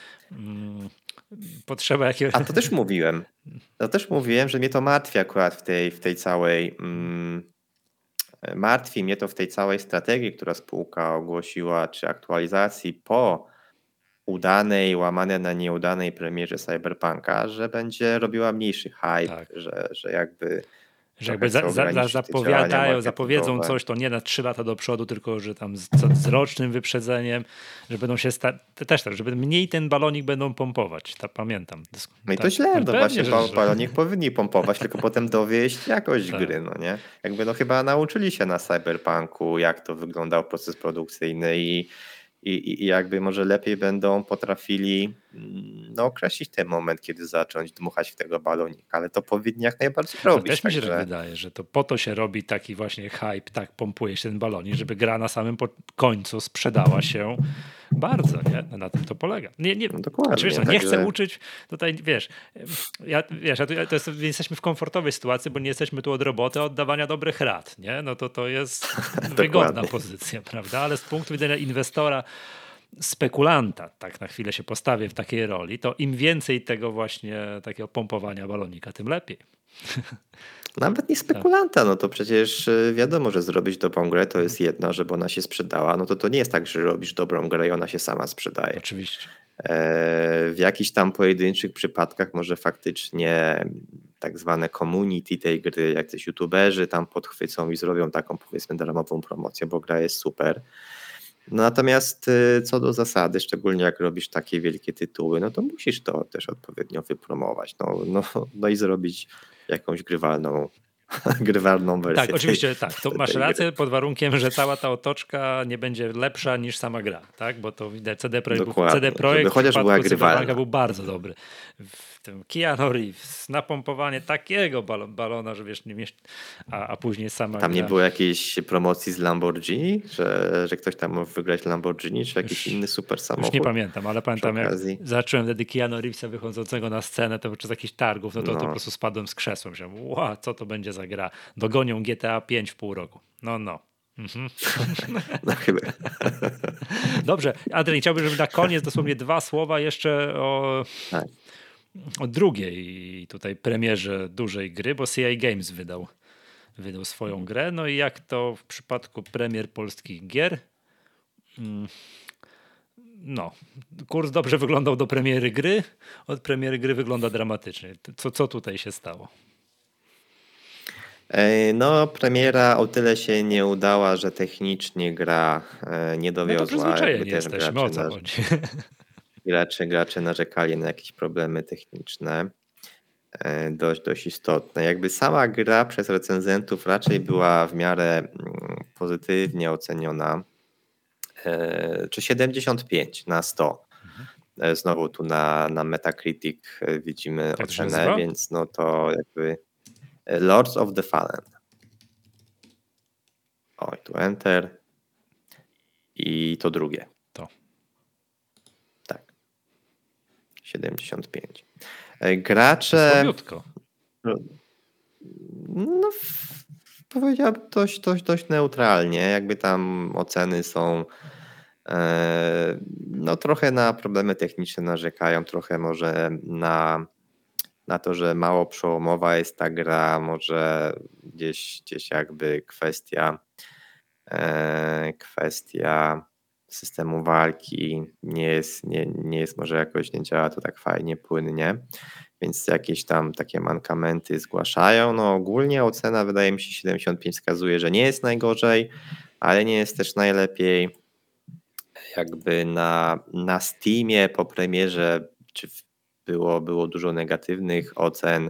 S1: Potrzeba jakiegoś...
S2: A to też mówiłem. Że mnie to martwi akurat w tej całej... Martwi mnie to w tej całej strategii, która spółka ogłosiła, czy aktualizacji po udanej, łamane na nieudanej premierze Cyberpunka, że będzie robiła mniejszy hype, tak. że jakby...
S1: Że jakby zapowiedzą coś, to nie na 3 lata do przodu, tylko że tam z rocznym wyprzedzeniem, że będą się też tak, żeby mniej ten balonik będą pompować. Pamiętam.
S2: No i to źle, no właśnie balonik powinni pompować, tylko potem dowieść jakość gry, no nie? Jakby no chyba nauczyli się na Cyberpunku, jak to wyglądał proces produkcyjny i jakby może lepiej będą potrafili określić ten moment, kiedy zacząć dmuchać w tego balonika, ale to powinni jak najbardziej robić.
S1: Też mi się tak wydaje, że to po to się robi taki właśnie hype, tak pompuje się ten balonik, żeby gra na samym końcu sprzedała się bardzo, nie? Na tym to polega.
S2: No dokładnie.
S1: Oczywiście nie chcę uczyć tutaj, wiesz, jesteśmy w komfortowej sytuacji, bo nie jesteśmy tu od roboty, od dawania dobrych rad, nie? No to jest wygodna pozycja, prawda? Ale z punktu widzenia inwestora, spekulanta, tak na chwilę się postawię w takiej roli, to im więcej tego właśnie takiego pompowania balonika, tym lepiej.
S2: Nawet nie spekulanta, no to przecież wiadomo, że zrobić dobrą grę to jest jedno, żeby ona się sprzedała, no to nie jest tak, że robisz dobrą grę i ona się sama sprzedaje.
S1: Oczywiście.
S2: W jakichś tam pojedynczych przypadkach może faktycznie tak zwane community tej gry, jak też youtuberzy tam podchwycą i zrobią taką powiedzmy darmową promocję, bo gra jest super. No natomiast co do zasady, szczególnie jak robisz takie wielkie tytuły, no to musisz to też odpowiednio wypromować, no i zrobić jakąś grywalną wersję.
S1: Tak, oczywiście tak, to masz rację pod warunkiem, że cała ta otoczka nie będzie lepsza niż sama gra, tak? Bo to widać CD Projekt w przypadku Cyberpunka był bardzo dobry. W tym Keanu Reeves, napompowanie takiego balona, że wiesz, a później sama
S2: tam
S1: gra.
S2: Nie było jakiejś promocji z Lamborghini, że ktoś tam mógł wygrać Lamborghini, czy jakiś inny super samochód?
S1: Już nie pamiętam, ale pamiętam jak zacząłem wtedy Keanu Reevesa wychodzącego na scenę, to podczas jakichś targów, to po prostu spadłem z krzesła. Myślałem, wow, co to będzie za gra? Dogonią GTA 5 w pół roku. No.
S2: No chyba.
S1: Dobrze, Adrian, chciałbym, żeby na koniec dosłownie 2 słowa jeszcze o drugiej tutaj premierze dużej gry, bo CI Games wydał swoją grę. No i jak to w przypadku premier polskich gier? No, kurs dobrze wyglądał do premiery gry, od premiery gry wygląda dramatycznie. Co tutaj się stało?
S2: No, premiera o tyle się nie udała, że technicznie gra nie dowiozła.
S1: No to przyzwyczajeni jesteśmy, o co chodzi?
S2: Gracze narzekali na jakieś problemy techniczne. dość istotne. Jakby sama gra przez recenzentów raczej była w miarę pozytywnie oceniona, czy 75 na 100. Znowu tu na Metacritic widzimy
S1: Jak to się
S2: ocenę,
S1: nazywa?
S2: więc no to jakby Lords of the Fallen. Oj, tu Enter. I to drugie.
S1: To.
S2: Tak. 75. Gracze...
S1: Słabiutko.
S2: No, powiedziałbym dość neutralnie. Jakby tam oceny są no trochę na problemy techniczne narzekają, trochę może na to, że mało przełomowa jest ta gra, może gdzieś jakby kwestia systemu walki nie jest może jakoś, nie działa to tak fajnie, płynnie, więc jakieś tam takie mankamenty zgłaszają. No ogólnie ocena wydaje mi się 75 wskazuje, że nie jest najgorzej, ale nie jest też najlepiej. Jakby na Steamie po premierze było dużo negatywnych ocen.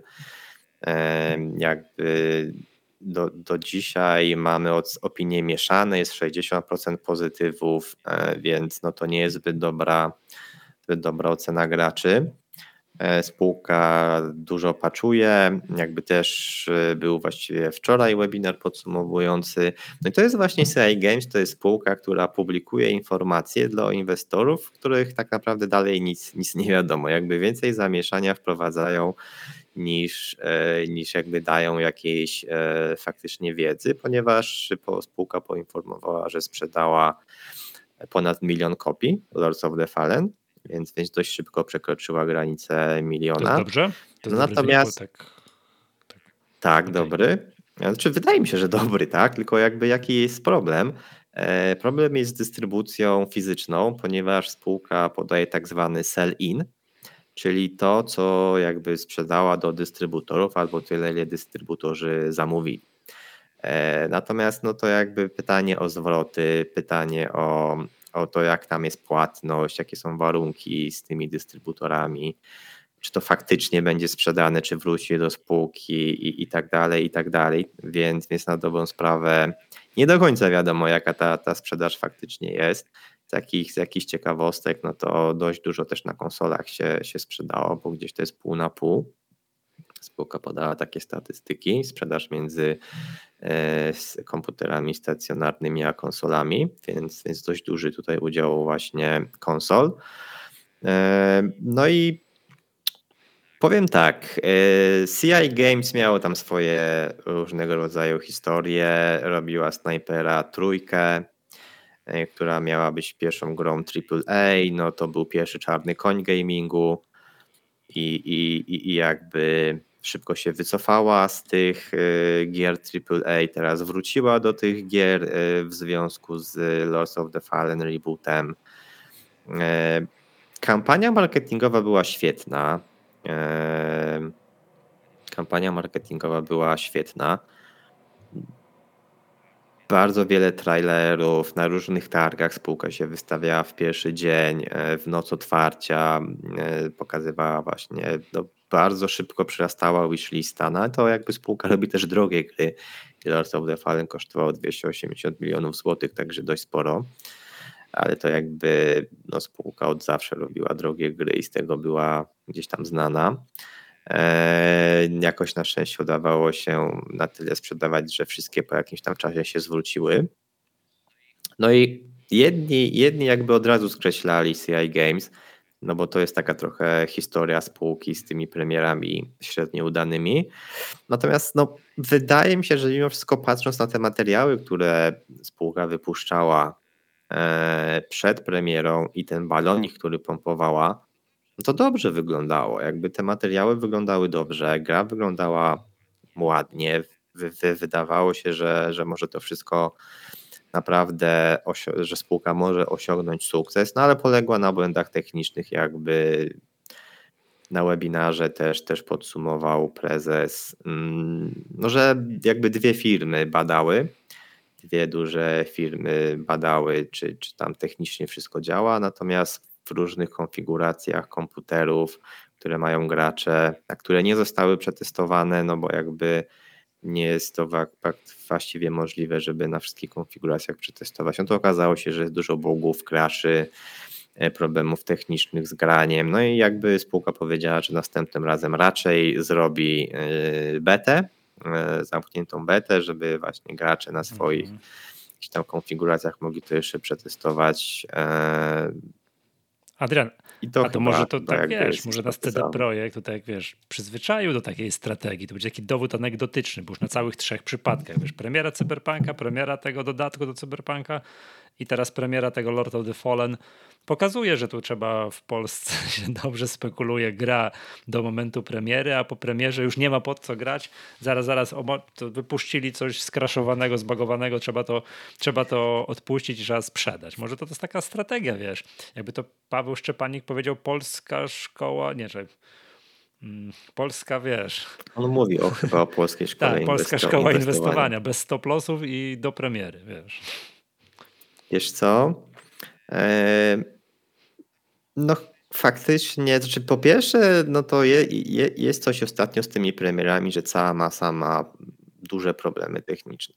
S2: Jakby do dzisiaj mamy opinie mieszane, jest 60% pozytywów, więc no to nie jest zbyt dobra ocena graczy. Spółka dużo patchuje, jakby też był właściwie wczoraj webinar podsumowujący. No i to jest właśnie CI Games, to jest spółka, która publikuje informacje dla inwestorów, których tak naprawdę dalej nic nie wiadomo. Jakby więcej zamieszania wprowadzają niż jakby dają jakiejś faktycznie wiedzy, ponieważ spółka poinformowała, że sprzedała ponad 1 milion kopii Lords of the Fallen, więc dość szybko przekroczyła granicę 1 miliona.
S1: To jest dobrze? To jest
S2: Natomiast
S1: dobry wynik,
S2: tak, dobry. Znaczy, wydaje mi się, że dobry, tak? Tylko jakby jaki jest problem? Problem jest z dystrybucją fizyczną, ponieważ spółka podaje tak zwany sell-in, czyli to, co jakby sprzedała do dystrybutorów albo tyle, ile dystrybutorzy zamówili. Natomiast no to jakby pytanie o zwroty, pytanie o to, jak tam jest płatność, jakie są warunki z tymi dystrybutorami, czy to faktycznie będzie sprzedane, czy wróci do spółki i tak dalej, więc na dobrą sprawę nie do końca wiadomo, jaka ta sprzedaż faktycznie jest. Z jakichś ciekawostek, no to dość dużo też na konsolach się sprzedało, bo gdzieś to jest pół na pół. Spółka podała takie statystyki, sprzedaż między komputerami stacjonarnymi a konsolami, więc dość duży tutaj udział właśnie konsol. No i powiem tak, CI Games miało tam swoje różnego rodzaju historie, robiła Snipera trójkę, która miała być pierwszą grą AAA, no to był pierwszy czarny koń gamingu i jakby szybko się wycofała z tych gier AAA, teraz wróciła do tych gier w związku z Lords of the Fallen rebootem. Kampania marketingowa była świetna. Bardzo wiele trailerów na różnych targach. Spółka się wystawiała w pierwszy dzień, w noc otwarcia, pokazywała właśnie, no, bardzo szybko przyrastała wishlista. No to jakby spółka robi też drogie gry. Lords of the Fallen kosztowało 280 milionów złotych, także dość sporo. Ale to jakby no, spółka od zawsze robiła drogie gry i z tego była gdzieś tam znana. Jakoś na szczęście udawało się na tyle sprzedawać, że wszystkie po jakimś tam czasie się zwróciły. No i jedni jakby od razu skreślali CI Games, no bo to jest taka trochę historia spółki z tymi premierami średnio udanymi. Natomiast no, wydaje mi się, że mimo wszystko patrząc na te materiały, które spółka wypuszczała przed premierą i ten balonik, który pompowała, no to dobrze wyglądało. Jakby te materiały wyglądały dobrze, gra wyglądała ładnie. Wydawało się, że może to wszystko naprawdę, że spółka może osiągnąć sukces, no ale poległa na błędach technicznych, jakby na webinarze też podsumował prezes, no, że jakby dwie firmy badały, dwie duże firmy badały, czy tam technicznie wszystko działa, natomiast w różnych konfiguracjach komputerów, które mają gracze, a które nie zostały przetestowane, no bo jakby nie jest to właściwie możliwe, żeby na wszystkich konfiguracjach przetestować. No to okazało się, że jest dużo bugów, crashy, problemów technicznych z graniem. No i jakby spółka powiedziała, że następnym razem raczej zrobi betę, zamkniętą betę, żeby właśnie gracze na swoich jakichś tam konfiguracjach mogli to jeszcze przetestować.
S1: Adrian,
S2: I to
S1: a to może to
S2: chyba
S1: tak
S2: jakby
S1: wiesz,
S2: jest
S1: może nas CD
S2: istotny
S1: Projekt to tak wiesz, przyzwyczaił do takiej strategii. To będzie taki dowód anegdotyczny, bo już na całych 3 przypadkach, wiesz, premiera Cyberpunka, premiera tego dodatku do Cyberpunka i teraz premiera tego Lord of the Fallen pokazuje, że tu trzeba w Polsce się dobrze spekuluje, gra do momentu premiery, a po premierze już nie ma pod co grać. Zaraz to wypuścili coś skraszowanego, zbagowanego, trzeba to odpuścić i trzeba sprzedać. Może to jest taka strategia, wiesz. Jakby to Paweł Szczepanik powiedział, polska szkoła, nie, że polska, wiesz.
S2: On mówi chyba o polskiej szkole
S1: tak, polska szkoła inwestowania bez stop lossów i do premiery, wiesz.
S2: Wiesz co? No faktycznie, znaczy po pierwsze, no to jest coś ostatnio z tymi premierami, że cała masa ma duże problemy techniczne.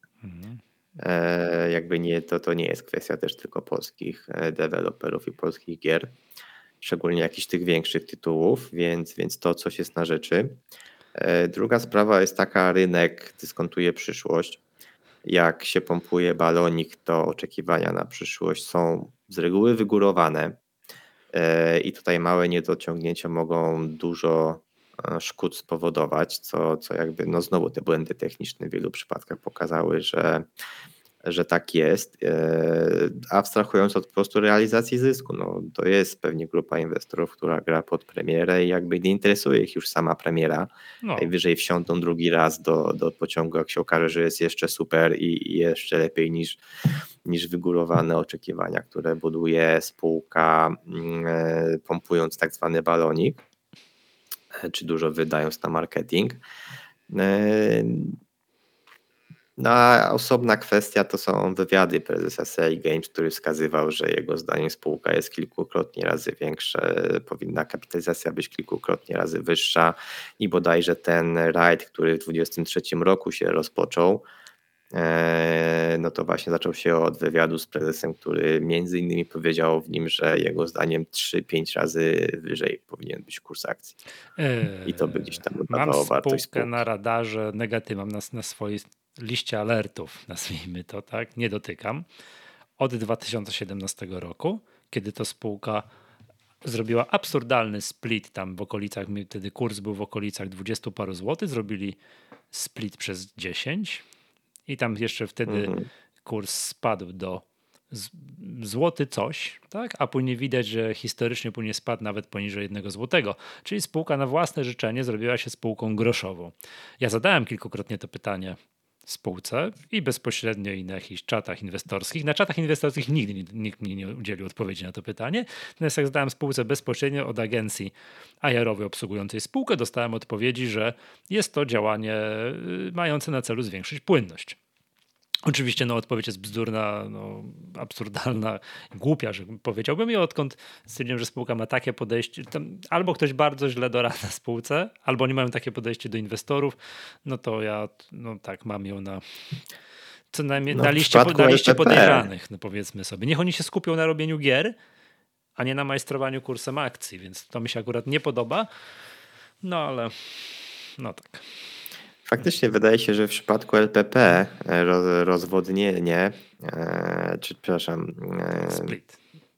S2: Jakby to nie jest kwestia też tylko polskich deweloperów i polskich gier, szczególnie jakichś tych większych tytułów, więc to coś jest na rzeczy. Druga sprawa jest taka, rynek dyskontuje przyszłość. Jak się pompuje balonik, to oczekiwania na przyszłość są z reguły wygórowane i tutaj małe niedociągnięcia mogą dużo szkód spowodować, co jakby no znowu te błędy techniczne w wielu przypadkach pokazały, że tak jest, abstrahując od po prostu realizacji zysku. No, to jest pewnie grupa inwestorów, która gra pod premierę i jakby nie interesuje ich już sama premiera. No. Najwyżej wsiądą drugi raz do pociągu, jak się okaże, że jest jeszcze super i jeszcze lepiej niż wygórowane oczekiwania, które buduje spółka, pompując tak zwany balonik, czy dużo wydając na marketing. No a osobna kwestia to są wywiady prezesa CI Games, który wskazywał, że jego zdaniem spółka jest kilkukrotnie razy większa, powinna kapitalizacja być kilkukrotnie razy wyższa i bodajże ten rajd, który w 2023 roku się rozpoczął, no to właśnie zaczął się od wywiadu z prezesem, który między innymi powiedział w nim, że jego zdaniem 3-5 razy wyżej powinien być kurs akcji. I to by gdzieś tam udawało wartość spółki.
S1: Mam na radarze negatywną na swojej liście alertów, nazwijmy to, tak, nie dotykam, od 2017 roku, kiedy to spółka zrobiła absurdalny split tam w okolicach, wtedy kurs był w okolicach 20 paru złotych, zrobili split przez 10 i tam jeszcze wtedy kurs spadł do złoty coś, tak? A później widać, że historycznie później spadł nawet poniżej 1 złotego, czyli spółka na własne życzenie zrobiła się spółką groszową. Ja zadałem kilkukrotnie to pytanie spółce i bezpośrednio i na jakichś czatach inwestorskich. Na czatach inwestorskich nikt mi nie udzielił odpowiedzi na to pytanie. Natomiast jak zadałem spółce bezpośrednio od agencji IR-owej obsługującej spółkę, dostałem odpowiedzi, że jest to działanie mające na celu zwiększyć płynność. Oczywiście odpowiedź jest bzdurna, absurdalna, głupia, że powiedziałbym, i odkąd stwierdziłem, że spółka ma takie podejście, albo ktoś bardzo źle dorada spółce, albo oni mają takie podejście do inwestorów, no to ja tak mam ją na co najmniej na liście podejrzanych, powiedzmy sobie. Niech oni się skupią na robieniu gier, a nie na majstrowaniu kursem akcji, więc to mi się akurat nie podoba, ale tak.
S2: Faktycznie wydaje się, że w przypadku LPP rozwodnienie, czy przepraszam...
S1: Split.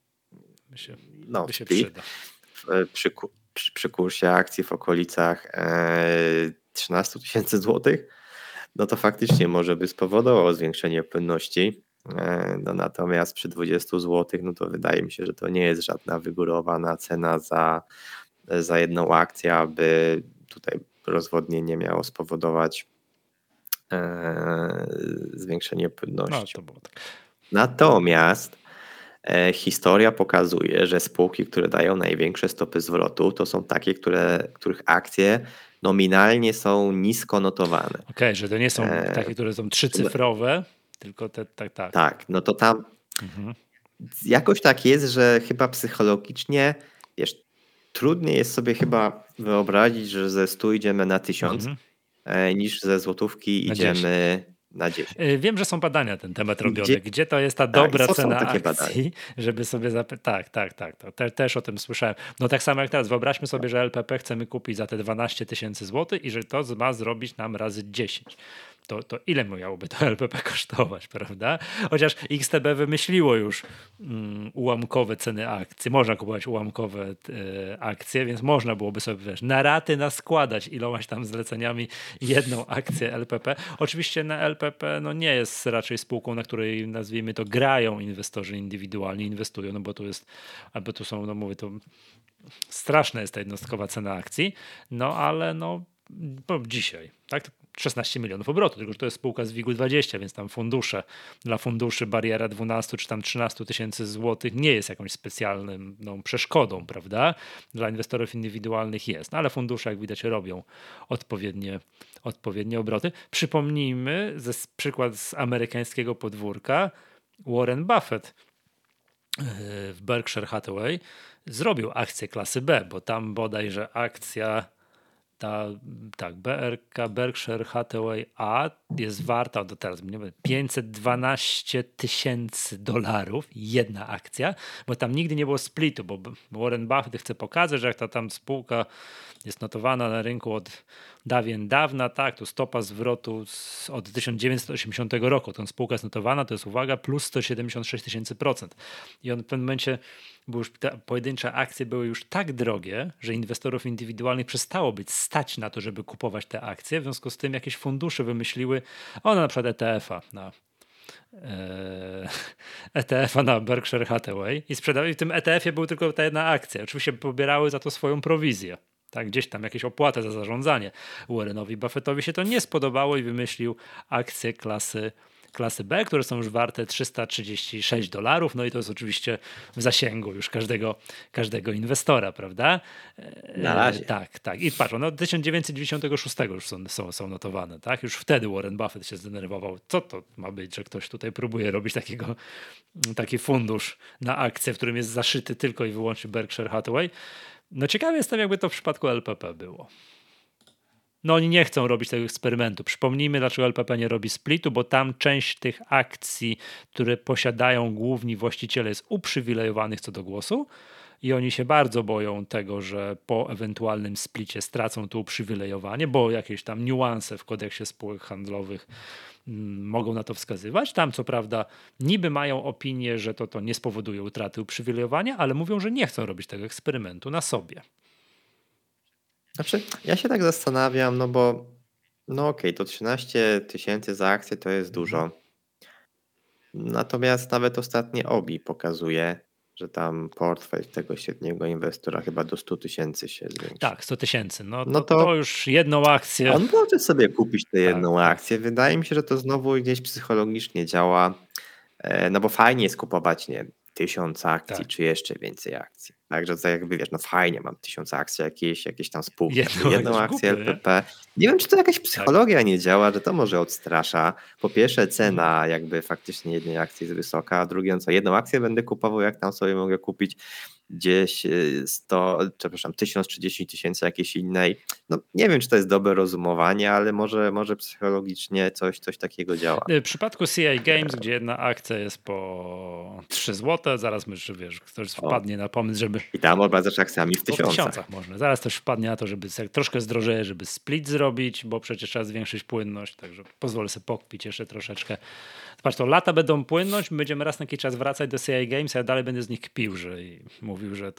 S1: By się
S2: split przy kursie akcji w okolicach 13 000 złotych, no to faktycznie może by spowodowało zwiększenie płynności. Natomiast przy 20 zł, no to wydaje mi się, że to nie jest żadna wygórowana cena za jedną akcję, aby tutaj rozwodnienie miało spowodować zwiększenie płynności.
S1: To było tak.
S2: Natomiast historia pokazuje, że spółki, które dają największe stopy zwrotu, to są takie, których akcje nominalnie są nisko notowane.
S1: Okej, że to nie są takie, które są trzycyfrowe, tylko te tak.
S2: Tak, no to tam jakoś tak jest, że chyba psychologicznie, wiesz, trudniej jest sobie chyba wyobrazić, że ze 100 idziemy na 1000, niż ze złotówki
S1: Na 10.
S2: idziemy na 10.
S1: Wiem, że są badania na ten temat robione.
S2: Gdzie-
S1: Gdzie to jest ta
S2: Tak,
S1: dobra
S2: są
S1: cena
S2: takie
S1: akcji, żeby sobie zapytać. Tak. Też o tym słyszałem. No tak samo jak teraz. Wyobraźmy sobie, że LPP chcemy kupić za te 12 000 złotych i że to ma zrobić nam razy 10. To ile miałoby to LPP kosztować, prawda? Chociaż XTB wymyśliło już ułamkowe ceny akcji. Można kupować ułamkowe akcje, więc można byłoby sobie na raty naskładać ilomaś tam zleceniami jedną akcję LPP. Oczywiście na LPP no nie jest raczej spółką, na której nazwijmy to grają inwestorzy indywidualni, inwestują, no bo tu jest, albo tu są, no mówię, to straszna jest ta jednostkowa cena akcji, no ale no dzisiaj, tak? 16 milionów obrotu, tylko że to jest spółka z WIG-20, więc tam dla funduszy bariera 12 czy tam 13 000 złotych nie jest jakąś specjalną przeszkodą, prawda? Dla inwestorów indywidualnych jest, no ale fundusze jak widać robią odpowiednie obroty. Przypomnijmy przykład z amerykańskiego podwórka. Warren Buffett w Berkshire Hathaway zrobił akcję klasy B, bo tam bodajże akcja BRK, Berkshire Hathaway A jest warta do teraz nie wiem, $512,000 jedna akcja, bo tam nigdy nie było splitu, bo Warren Buffett chce pokazać, że jak ta tam spółka jest notowana na rynku od dawien dawna, tak, to stopa zwrotu od 1980 roku, tą spółka jest notowana, to jest uwaga, plus 176,000%. I on w pewnym momencie, bo już te pojedyncze akcje były już tak drogie, że inwestorów indywidualnych przestało być stać na to, żeby kupować te akcje, w związku z tym jakieś fundusze wymyśliły, na przykład ETF-a na Berkshire Hathaway i sprzedały, w tym ETF-ie była tylko ta jedna akcja. Oczywiście pobierały za to swoją prowizję. Tak, gdzieś tam jakieś opłaty za zarządzanie. Warrenowi Buffettowi się to nie spodobało i wymyślił akcje klasy B, które są już warte $336. No i to jest oczywiście w zasięgu już każdego inwestora, prawda?
S2: Na razie.
S1: Tak. I patrz, od 1996 już są notowane, tak? Już wtedy Warren Buffett się zdenerwował. Co to ma być, że ktoś tutaj próbuje robić taki fundusz na akcję, w którym jest zaszyty tylko i wyłącznie Berkshire Hathaway. No ciekawe jestem, jakby to w przypadku LPP było. No oni nie chcą robić tego eksperymentu. Przypomnijmy, dlaczego LPP nie robi splitu, bo tam część tych akcji, które posiadają główni właściciele, jest uprzywilejowanych co do głosu i oni się bardzo boją tego, że po ewentualnym splicie stracą to uprzywilejowanie, bo jakieś tam niuanse w kodeksie spółek handlowych mogą na to wskazywać. Tam co prawda niby mają opinię, że to nie spowoduje utraty uprzywilejowania, ale mówią, że nie chcą robić tego eksperymentu na sobie.
S2: Znaczy, ja się tak zastanawiam, no bo okej, to 13 000 za akcję to jest dużo. Natomiast nawet ostatnie OBI pokazuje, że tam portfel tego średniego inwestora chyba do 100 000 się zwiększył.
S1: Tak, 100 000. To już jedną akcję.
S2: On może sobie kupić tę jedną akcję. Wydaje mi się, że to znowu gdzieś psychologicznie działa, no bo fajnie jest kupować, nie wiem, 1000 akcji, czy jeszcze więcej akcji. Także to jakby wiesz, no fajnie, mam 1000 akcji jakieś tam spółki, jedną akcję LPP. Nie wiem, czy to jakaś psychologia nie działa, że to może odstrasza. Po pierwsze cena jakby faktycznie jednej akcji jest wysoka, a drugie, jedną akcję będę kupował, jak tam sobie mogę kupić gdzieś 1000 czy 10 000 jakiejś innej. No nie wiem, czy to jest dobre rozumowanie, ale może psychologicznie coś takiego działa.
S1: W przypadku CI Games, gdzie jedna akcja jest po 3 zł, zaraz myślę, wiesz, ktoś wpadnie na pomysł, żeby...
S2: I tam obracasz akcjami w tysiącach.
S1: Można. Zaraz ktoś wpadnie na to, żeby troszkę zdrożeje, żeby split zrobić, bo przecież trzeba zwiększyć płynność, także pozwolę sobie pokpić jeszcze troszeczkę. Patrz, to lata będą płynność, będziemy raz na jakiś czas wracać do CI Games, a ja dalej będę z nich kpił, i mówił, że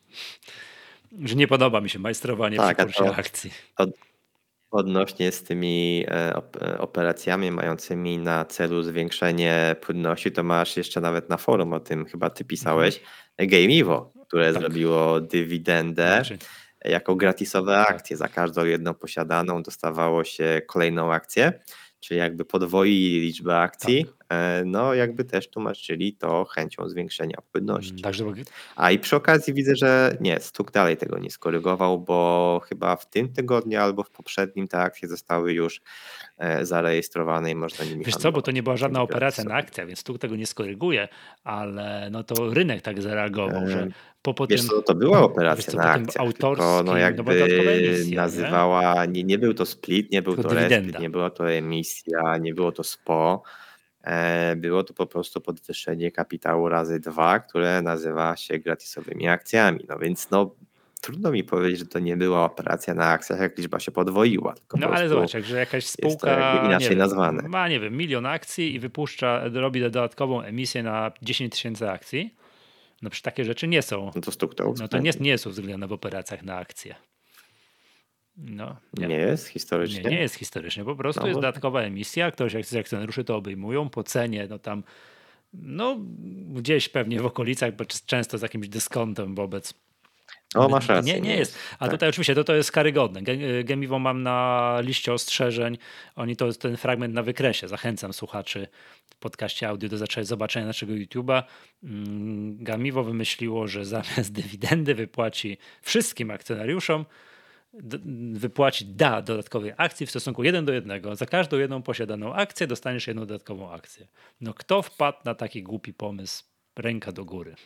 S1: nie podoba mi się majstrowanie przy kursie akcji.
S2: Odnośnie z tymi operacjami mającymi na celu zwiększenie płynności, to masz jeszcze nawet na forum o tym, chyba ty pisałeś, GameEvo, które zrobiło dywidendę jako gratisowe akcje. Za każdą jedną posiadaną dostawało się kolejną akcję, czyli jakby podwoili liczbę akcji no jakby też tłumaczyli to chęcią zwiększenia płynności.
S1: Także
S2: A i przy okazji widzę, że nie, Stuk dalej tego nie skorygował, bo chyba w tym tygodniu albo w poprzednim te akcje zostały już zarejestrowane i można nimi
S1: wiesz co,
S2: handlować.
S1: bo to nie była żadna
S2: Więc
S1: operacja na
S2: sobie.
S1: akcję, więc tu tego nie skoryguje, ale no to rynek tak zareagował, że po
S2: Wiesz
S1: tym,
S2: co, to była
S1: wiesz
S2: operacja
S1: co,
S2: na
S1: po tym
S2: akcjach, tylko
S1: autorskim,
S2: no
S1: no bo dodatkowe
S2: jakby
S1: emisje,
S2: nazywała, nie był to split, nie był
S1: Tylko
S2: to resplit,
S1: dywidenda.
S2: nie była to emisja, nie było to SPO, było to po prostu podwyższenie kapitału razy 2, które nazywa się gratisowymi akcjami, no więc no trudno mi powiedzieć, że to nie była operacja na akcjach, jak liczba się podwoiła, tylko
S1: No
S2: po
S1: ale
S2: prostu
S1: zobacz, że jakaś
S2: jest to jakby
S1: spółka
S2: inaczej
S1: nie wiem,
S2: nazwane.
S1: ma, nie wiem, 1 000 000 akcji i robi dodatkową emisję na 10 000 akcji, no przecież takie rzeczy nie są,
S2: No to Stuk to
S1: no to
S2: uwzględni.
S1: nie jest uwzględnione w operacjach na akcje. No,
S2: Nie jest historycznie?
S1: nie jest historycznie, po prostu
S2: No
S1: jest
S2: może.
S1: dodatkowa emisja, ktoś akcjonariusze to obejmują po cenie, no tam, no gdzieś pewnie w okolicach, bo często z jakimś dyskontem wobec.
S2: O, masz rację.
S1: Nie jest. A
S2: Tak.
S1: tutaj oczywiście to jest karygodne. Gemiwo mam na liście ostrzeżeń. Oni to ten fragment na wykresie. Zachęcam słuchaczy w podcaście audio do zobaczenia naszego YouTube'a. Gemiwo wymyśliło, że zamiast dywidendy wypłaci wszystkim akcjonariuszom, wypłaci dodatkowej akcji w stosunku 1:1. Za każdą jedną posiadaną akcję dostaniesz jedną dodatkową akcję. No kto wpadł na taki głupi pomysł? Ręka do góry.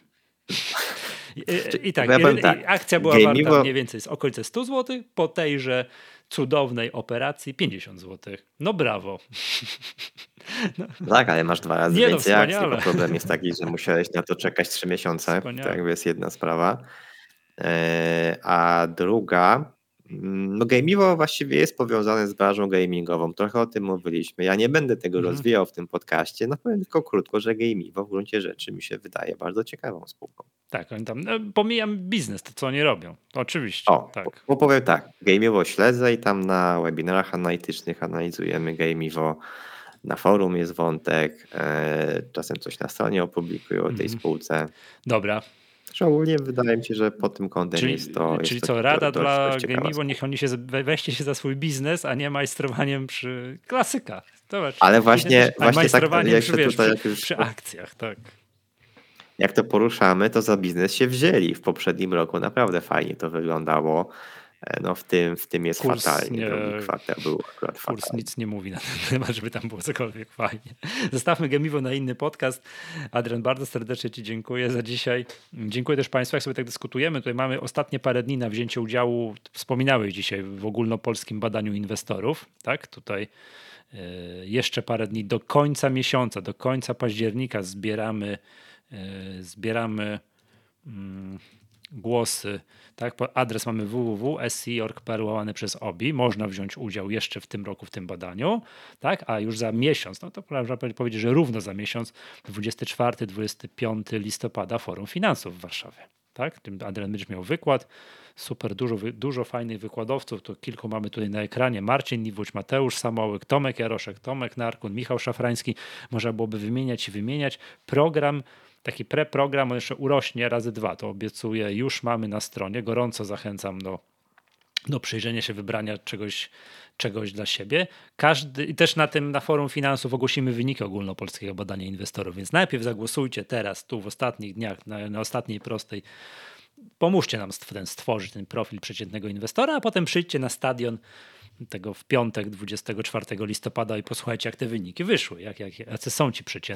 S1: I tak, akcja była warta mniej więcej z okolicy 100 zł, po tejże cudownej operacji 50 zł. No brawo.
S2: No. Tak, ale masz 2 razy więcej akcji, bo problem jest taki, że musiałeś na to czekać 3 miesiące. To jakby jest jedna sprawa. A druga, no Gemivo właściwie jest powiązane z branżą gamingową. Trochę o tym mówiliśmy. Ja nie będę tego rozwijał w tym podcaście, no powiem tylko krótko, że Gemivo w gruncie rzeczy mi się wydaje bardzo ciekawą spółką.
S1: Tak, oni tam, pomijam biznes, to co oni robią, oczywiście. Tak.
S2: Bo powiem tak, Gemivo śledzę i tam na webinarach analitycznych analizujemy Gemivo, na forum jest wątek, czasem coś na stronie opublikuję o tej spółce.
S1: Dobra.
S2: Ogólnie wydaje mi się, że pod tym kątem jest to.
S1: Czyli co, rada dla Gemivo, niech oni weźcie się za swój biznes, a nie majstrowaniem przy klasykach. Zobacz,
S2: ale właśnie
S1: majstrowaniem
S2: tak,
S1: przy akcjach, tak.
S2: Jak to poruszamy, to za biznes się wzięli. W poprzednim roku naprawdę fajnie to wyglądało. No w tym jest kurs fatalnie. Drugi kwartał był akurat fatalny.
S1: Kurs nic nie mówi na ten temat, żeby tam było cokolwiek fajnie. Zostawmy Gemivo na inny podcast. Adrian, bardzo serdecznie Ci dziękuję za dzisiaj. Dziękuję też Państwu, jak sobie tak dyskutujemy. Tutaj mamy ostatnie parę dni na wzięcie udziału, wspominałeś dzisiaj, w ogólnopolskim badaniu inwestorów. Tak, tutaj jeszcze parę dni do końca miesiąca, do końca października zbieramy głosy, tak? Adres mamy www.sci.org.pl/OBI. Można wziąć udział jeszcze w tym roku w tym badaniu, tak? A już za miesiąc, no to można powiedzieć, że równo za miesiąc, 24-25 listopada Forum Finansów w Warszawie. Tak? Tym Adrian będziesz miał wykład. Super, dużo fajnych wykładowców. To kilku mamy tutaj na ekranie. Marcin Niwuć, Mateusz Samołyk, Tomek Jaroszek, Tomek Narkun, Michał Szafrański. Można byłoby wymieniać. Program, taki preprogram, on jeszcze urośnie razy 2. To obiecuję, już mamy na stronie. Gorąco zachęcam do przyjrzenia się, wybrania czegoś dla siebie. I też na Forum Finansów ogłosimy wyniki ogólnopolskiego badania inwestorów, więc najpierw zagłosujcie teraz, tu w ostatnich dniach, na ostatniej prostej. Pomóżcie nam stworzyć ten profil przeciętnego inwestora, a potem przyjdźcie na stadion tego w piątek 24 listopada i posłuchajcie, jak te wyniki wyszły, jacy są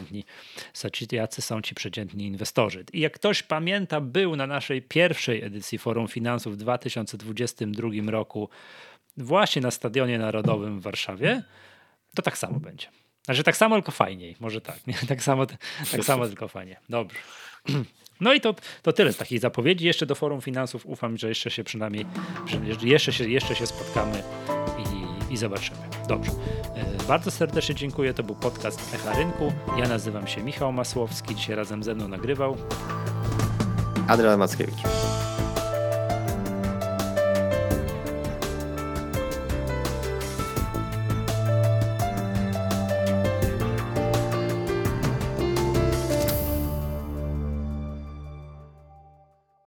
S1: ci przeciętni inwestorzy. I jak ktoś pamięta, był na naszej pierwszej edycji Forum Finansów w 2022 roku właśnie na Stadionie Narodowym w Warszawie, to tak samo będzie. Znaczy tak samo, tylko fajniej. Może tak, nie? Tak samo, tylko fajnie. Dobrze. No i to tyle z takich zapowiedzi. Jeszcze do Forum Finansów ufam, że jeszcze się przynajmniej jeszcze się spotkamy i zobaczymy. Dobrze. Bardzo serdecznie dziękuję. To był podcast Echa Rynku. Ja nazywam się Michał Masłowski. Dzisiaj razem ze mną nagrywał
S2: Adrian Mackiewicz.